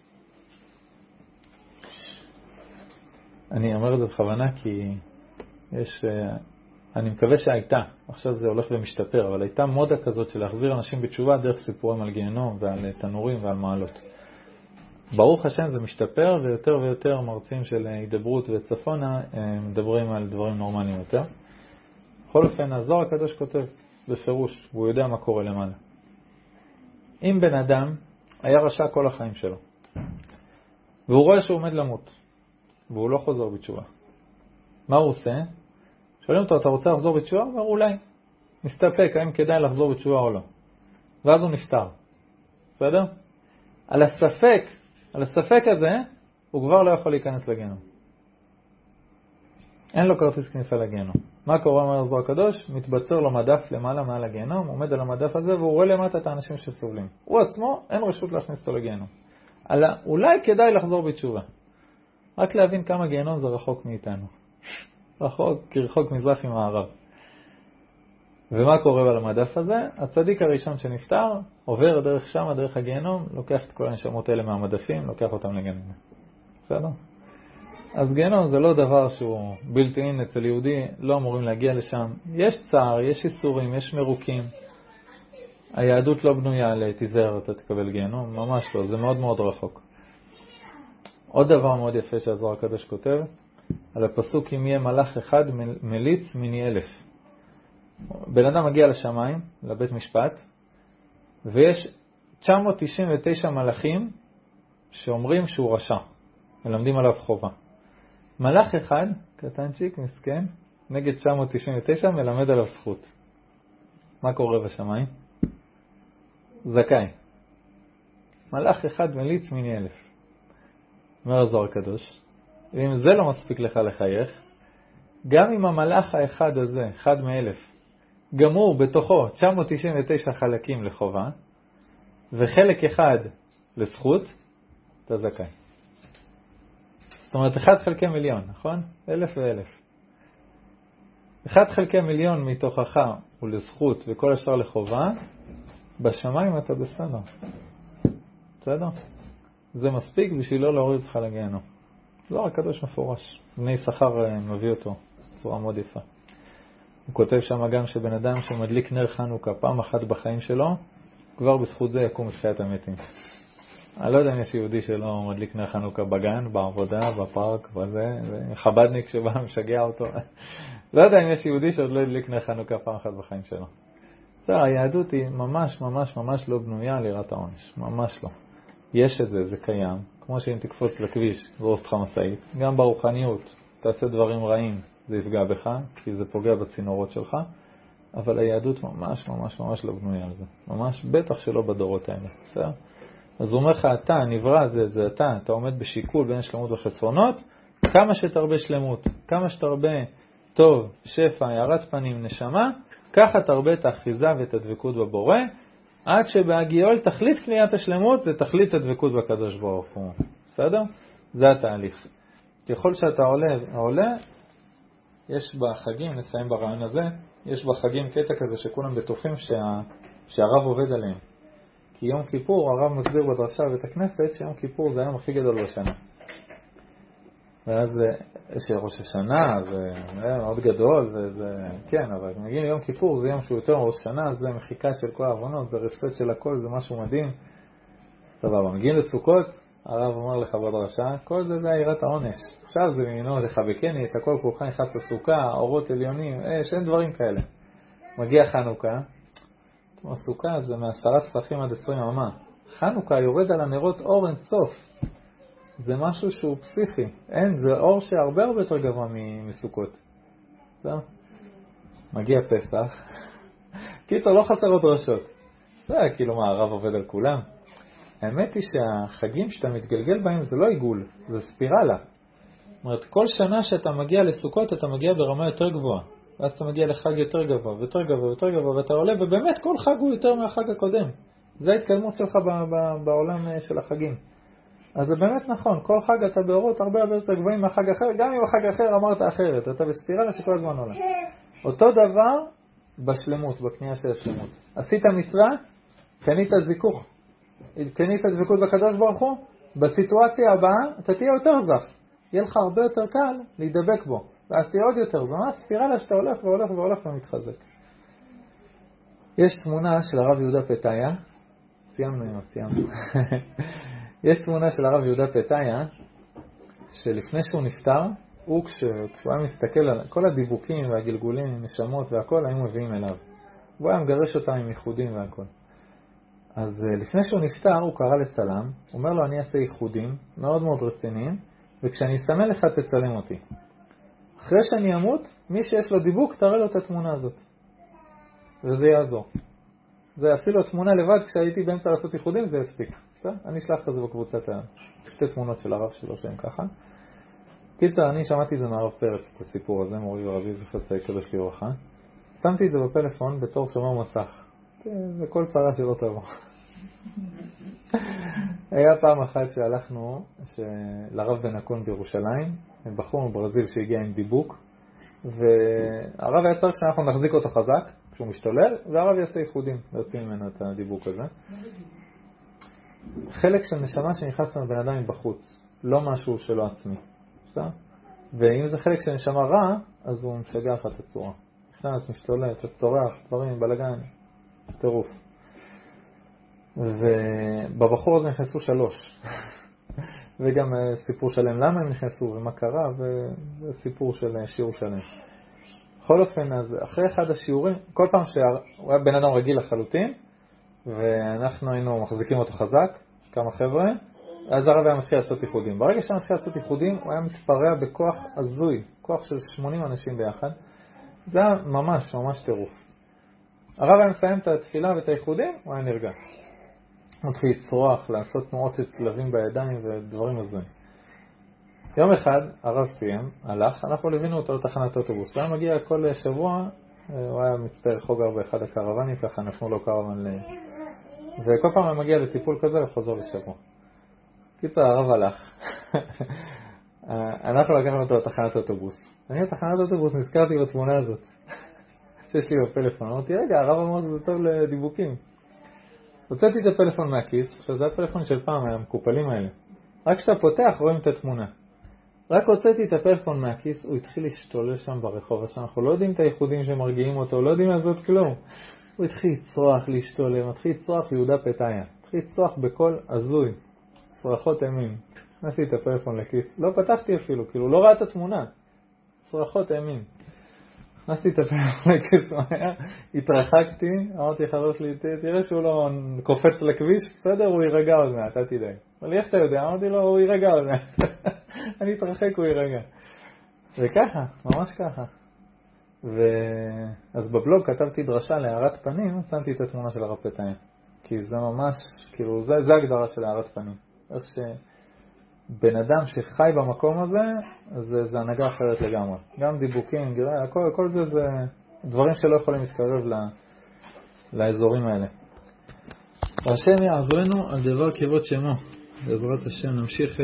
אני אומר את זה בכוונה כי יש, אני מקווה שהייתה, עכשיו זה הולך ומשתפר, אבל הייתה מודה כזאת של להחזיר אנשים בתשובה דרך סיפורים על גיהנום ועל תנורים ועל מעלות. ברוך השם זה משתפר, ויותר ויותר מרצים של הידברות וצפונה מדברים על דברים נורמליים יותר. בכל אופן, הזוהר הקדוש כותב בפירוש, והוא יודע מה קורה למעלה. אם בן אדם היה רשע כל החיים שלו, והוא רואה שהוא עומד למות, והוא לא חוזר בתשובה, מה הוא עושה? שואלים אותו, אתה רוצה לחזור בתשובה? הוא אומר, אולי. מסתפק, האם כדאי לחזור בתשובה או לא. ואז הוא נפטר. בסדר? על הספק, על הספק הזה, הוא כבר לא יכול להיכנס לגיהנום. אין לו כרטיס כניסה לגיהנום. מה קורה, אומר הזוהר הקדוש? מתבצר לו מדף למעלה מעל הגיהנום, עומד על המדף הזה, והוא רואה למטה את האנשים שסובלים. הוא עצמו, אין רשות להכניס אותו לגיהנום. על אולי כדאי לחזור בתשובה. רק להבין כמה גיהנום זה רחוק מאיתנו. רחוק, כרחוק מזרח עם הערב. ומה קורה על המדף הזה? הצדיק הראשון שנפטר, עובר דרך שם, דרך הגיהנום, לוקח את כל הנשמות האלה מהמדפים, לוקח אותם לגיהנום. בסדר? אז גיהנום זה לא דבר שהוא בלתי אין אצל יהודי, לא אמורים להגיע לשם. יש צער, יש איסורים, יש מרוקים. היהדות לא בנויה לתיזהר, אתה תקבל גיהנום, ממש לא, זה מאוד מאוד רחוק. עוד דבר מאוד יפה שהזוהר הקדוש כותב, על הפסוק אם יהיה מלאך אחד מליץ מיני אלף. בן אדם מגיע לשמיים, לבית משפט, ויש תשע מאות תשעים ותשע מלאכים שאומרים שהוא רשע, מלמדים עליו חובה. מלאך אחד, קטנצ'יק, מסכן, נגד תשע מאות תשעים ותשע מלמד עליו זכות. מה קורה בשמיים? זכאי. מלאך אחד מליץ מיני אלף. אומר הזוהר הקדוש, ואם זה לא מספיק לך לחייך, גם אם המלאך האחד הזה, אחד מאלף, גמור בתוכו תשע מאות תשעים ותשע חלקים לחובה, וחלק אחד לזכות, אתה זכאי. זאת אומרת, אחד חלקי מיליון, נכון? אלף ואלף. אחד חלקי מיליון מתוכך הוא לזכות וכל השאר לחובה, בשמיים אתה בסדר. בסדר? זה מספיק בשביל לא להוריד אותך לגיהנום. לא, הקדוש מפורש. בני שכר מביא אותו בצורה מאוד יפה. הוא כותב שם גם שבן אדם שמדליק נר חנוכה פעם אחת בחיים שלו, כבר בזכות זה יקום מתחיית המתים. אני לא יודע אם יש יהודי שלא מדליק נר חנוכה בגן, בעבודה, בפארק, בזה, חבדניק שבא משגע אותו. לא יודע אם יש יהודי שעוד לא הדליק נר חנוכה פעם אחת בחיים שלו. בסדר, היהדות היא ממש ממש ממש לא בנויה על יראת העונש. ממש לא. יש את זה, זה קיים. כמו שאם תקפוץ לכביש ועושה לך משאית, גם ברוחניות תעשה דברים רעים, זה יפגע בך, כי זה פוגע בצינורות שלך, אבל היהדות ממש ממש ממש לא בנויה על זה. ממש בטח שלא בדורות האלה. בסדר? אז הוא אומר לך, אתה, נברא זה, זה אתה, אתה עומד בשיקול בין שלמות וחסרונות, כמה שתרבה שלמות, כמה שתרבה טוב, שפע, ירת פנים, נשמה, ככה תרבה את האחיזה ואת הדבקות בבורא, עד שבהגיעו תכלית קניית השלמות, זה תכלית הדבקות בקדוש ברוך הוא. בסדר? זה התהליך. ככל שאתה עולה, עולה, יש בחגים, נסיים ברעיון הזה, יש בחגים קטע כזה שכולם בטוחים שה, שהרב עובד עליהם. כי יום כיפור, הרב מסביר בדרשה בבית הכנסת, שיום כיפור זה היום הכי גדול בשנה. ואז יש ראש השנה, זה מאוד גדול, וזה, כן, אבל מגיעים ליום כיפור, זה יום שהוא יותר ראש השנה, זה מחיקה של כל העוונות, זה רספט של הכל, זה משהו מדהים. סבבה, מגיעים לסוכות, הרב אומר לך בדרשה, כל זה זה יראת העונש. עכשיו זה מימינו, זה חבקני, את הכל כולך נכנס לסוכה, אורות עליונים, אש, אין דברים כאלה. מגיע חנוכה, הסוכה זה מעשרה טפחים עד עשרים אמה. חנוכה יורד על הנרות אור אין סוף. זה משהו שהוא פסיכי. אין, זה אור שהרבה הרבה יותר גבוה מסוכות. זהו. מגיע פסח. קיצור, לא חסרות דרשות. זה כאילו מה, הרב עובד על כולם. האמת היא שהחגים שאתה מתגלגל בהם זה לא עיגול, זה ספירלה. זאת אומרת, כל שנה שאתה מגיע לסוכות אתה מגיע ברמה יותר גבוהה. ואז אתה מגיע לחג יותר גבוה, ויותר גבוה, ויותר גבוה, ואתה עולה, ובאמת כל חג הוא יותר מהחג הקודם. זה ההתקדמות שלך בעולם של החגים. אז זה באמת נכון, כל חג אתה באורות הרבה הרבה יותר גבוהים מהחג אחר, גם אם החג אחר אמרת אחרת, אתה בספירלה שכל הזמן עולה. אותו דבר בשלמות, בקנייה של השלמות. עשית מצווה, קנית זיכוך. קנית דבקות בקדוש ברוך הוא, בסיטואציה הבאה אתה תהיה יותר זך. יהיה לך הרבה יותר קל להידבק בו. ואז תהיה עוד יותר. זה ממש ספירלה שאתה הולך והולך והולך ומתחזק. יש תמונה של הרב יהודה פתאיה. סיימנו, סיימנו. יש תמונה של הרב יהודה פתאיה, שלפני שהוא נפטר, הוא כשהוא היה מסתכל על כל הדיבוקים והגלגולים, נשמות והכל, היו מביאים אליו. הוא היה מגרש אותם עם ייחודים והכל. אז לפני שהוא נפטר, הוא קרא לצלם, הוא אומר לו, אני אעשה ייחודים מאוד מאוד רציניים, וכשאני אסמן לך תצלם אותי. אחרי שאני אמות, מי שיש לו דיבוק, תראה לו את התמונה הזאת. וזה יעזור. זה אפילו התמונה לבד, כשהייתי באמצע לעשות ייחודים, זה יספיק. אני אשלח כזה בקבוצת שתי תמונות של הרב שלו שהם ככה. קיצר, אני שמעתי את זה מהרב פרץ, את הסיפור הזה, מורי ורבי זכר צדיק קדוש לברכה. שמתי את זה בפלאפון בתור שומר מסך. וכל צרה שלא תבוא. היה פעם אחת שהלכנו לרב בנקון בירושלים, בחור מברזיל שהגיע עם דיבוק, והרב היה צריך שאנחנו נחזיק אותו חזק כשהוא משתולל, והרב יעשה ייחודים, להוציא ממנו את הדיבוק הזה. חלק של נשמה שנכנס לבן אדם מבחוץ, לא משהו שלא עצמי. בסדר? ואם זה חלק של נשמה רע, אז הוא משגע לך את הצורה. נכנס, משתולל, אתה צורח, דברים, בלגן, טירוף. ובבחור הזה נכנסו שלוש. וגם סיפור שלם למה הם נכנסו ומה קרה, וסיפור של שיעור שלם. בכל אופן, אז אחרי אחד השיעורים, כל פעם שהוא היה בן אדם רגיל לחלוטין, ואנחנו היינו מחזיקים אותו חזק, כמה חבר'ה, אז הרב היה מתחיל לעשות ייחודים. ברגע שהוא מתחיל לעשות ייחודים, הוא היה מתפרע בכוח עזוי, כוח של שמונים אנשים ביחד. זה היה ממש, ממש טירוף. הרב היה מסיים את התפילה ואת הייחודים, הוא היה נרגע. הוא מתחיל לצרוח, לעשות תנועות של צלבים בידיים ודברים הזויים. יום אחד הרב סיים, הלך, אנחנו לבינו אותו לתחנת אוטובוס. הוא היה מגיע כל שבוע, הוא היה מצטער חוגר באחד הקרוונים, ככה נפנו לו קרוון ל... וכל פעם הוא מגיע לטיפול כזה וחוזר לשבוע. קיצר, הרב הלך. אנחנו לקחנו אותו לתחנת אוטובוס. אני לתחנת אוטובוס נזכרתי בתמונה הזאת. שיש לי בפלאפון. אמרתי, רגע, הרב אמר שזה טוב לדיבוקים. הוצאתי את הפלאפון מהכיס, עכשיו זה הפלאפון של פעם, המקופלים האלה. רק כשאתה פותח רואים את התמונה. רק הוצאתי את הפלאפון מהכיס, הוא התחיל להשתולל שם ברחוב, אז אנחנו לא יודעים את הייחודים שמרגיעים אותו, לא יודעים לעשות כלום. הוא התחיל לצרוח, להשתולל, מתחיל לצרוח יהודה פתאיה. התחיל לצרוח בקול עזוי, צרחות אימים. נכנסתי את הפלאפון לכיס, לא פתחתי אפילו, כאילו לא ראה את התמונה. צרחות אימים. נכנסתי את הפלאפון לכיס, התרחקתי, אמרתי חבר שלי, תראה שהוא לא קופץ לכביש, בסדר, הוא יירגע עוד מעט, אל תדאג. אבל איך אתה יודע? אמרתי לו, הוא יירגע עוד מעט. אני אתרחק, הוא יירגע. וככה, ממש ככה. ואז בבלוג כתבתי דרשה להארת פנים, שמתי את התמונה של הרב פתאיה. כי זה ממש, כאילו, זה, זה הגדרה של הארת פנים. איך שבן אדם שחי במקום הזה, זה, זה הנהגה אחרת לגמרי. גם דיבוקים, גירה, הכל, הכל זה, זה דברים שלא יכולים להתקרב ל, לאזורים האלה. השם יעזרנו על דבר כבוד שמו. בעזרת השם נמשיך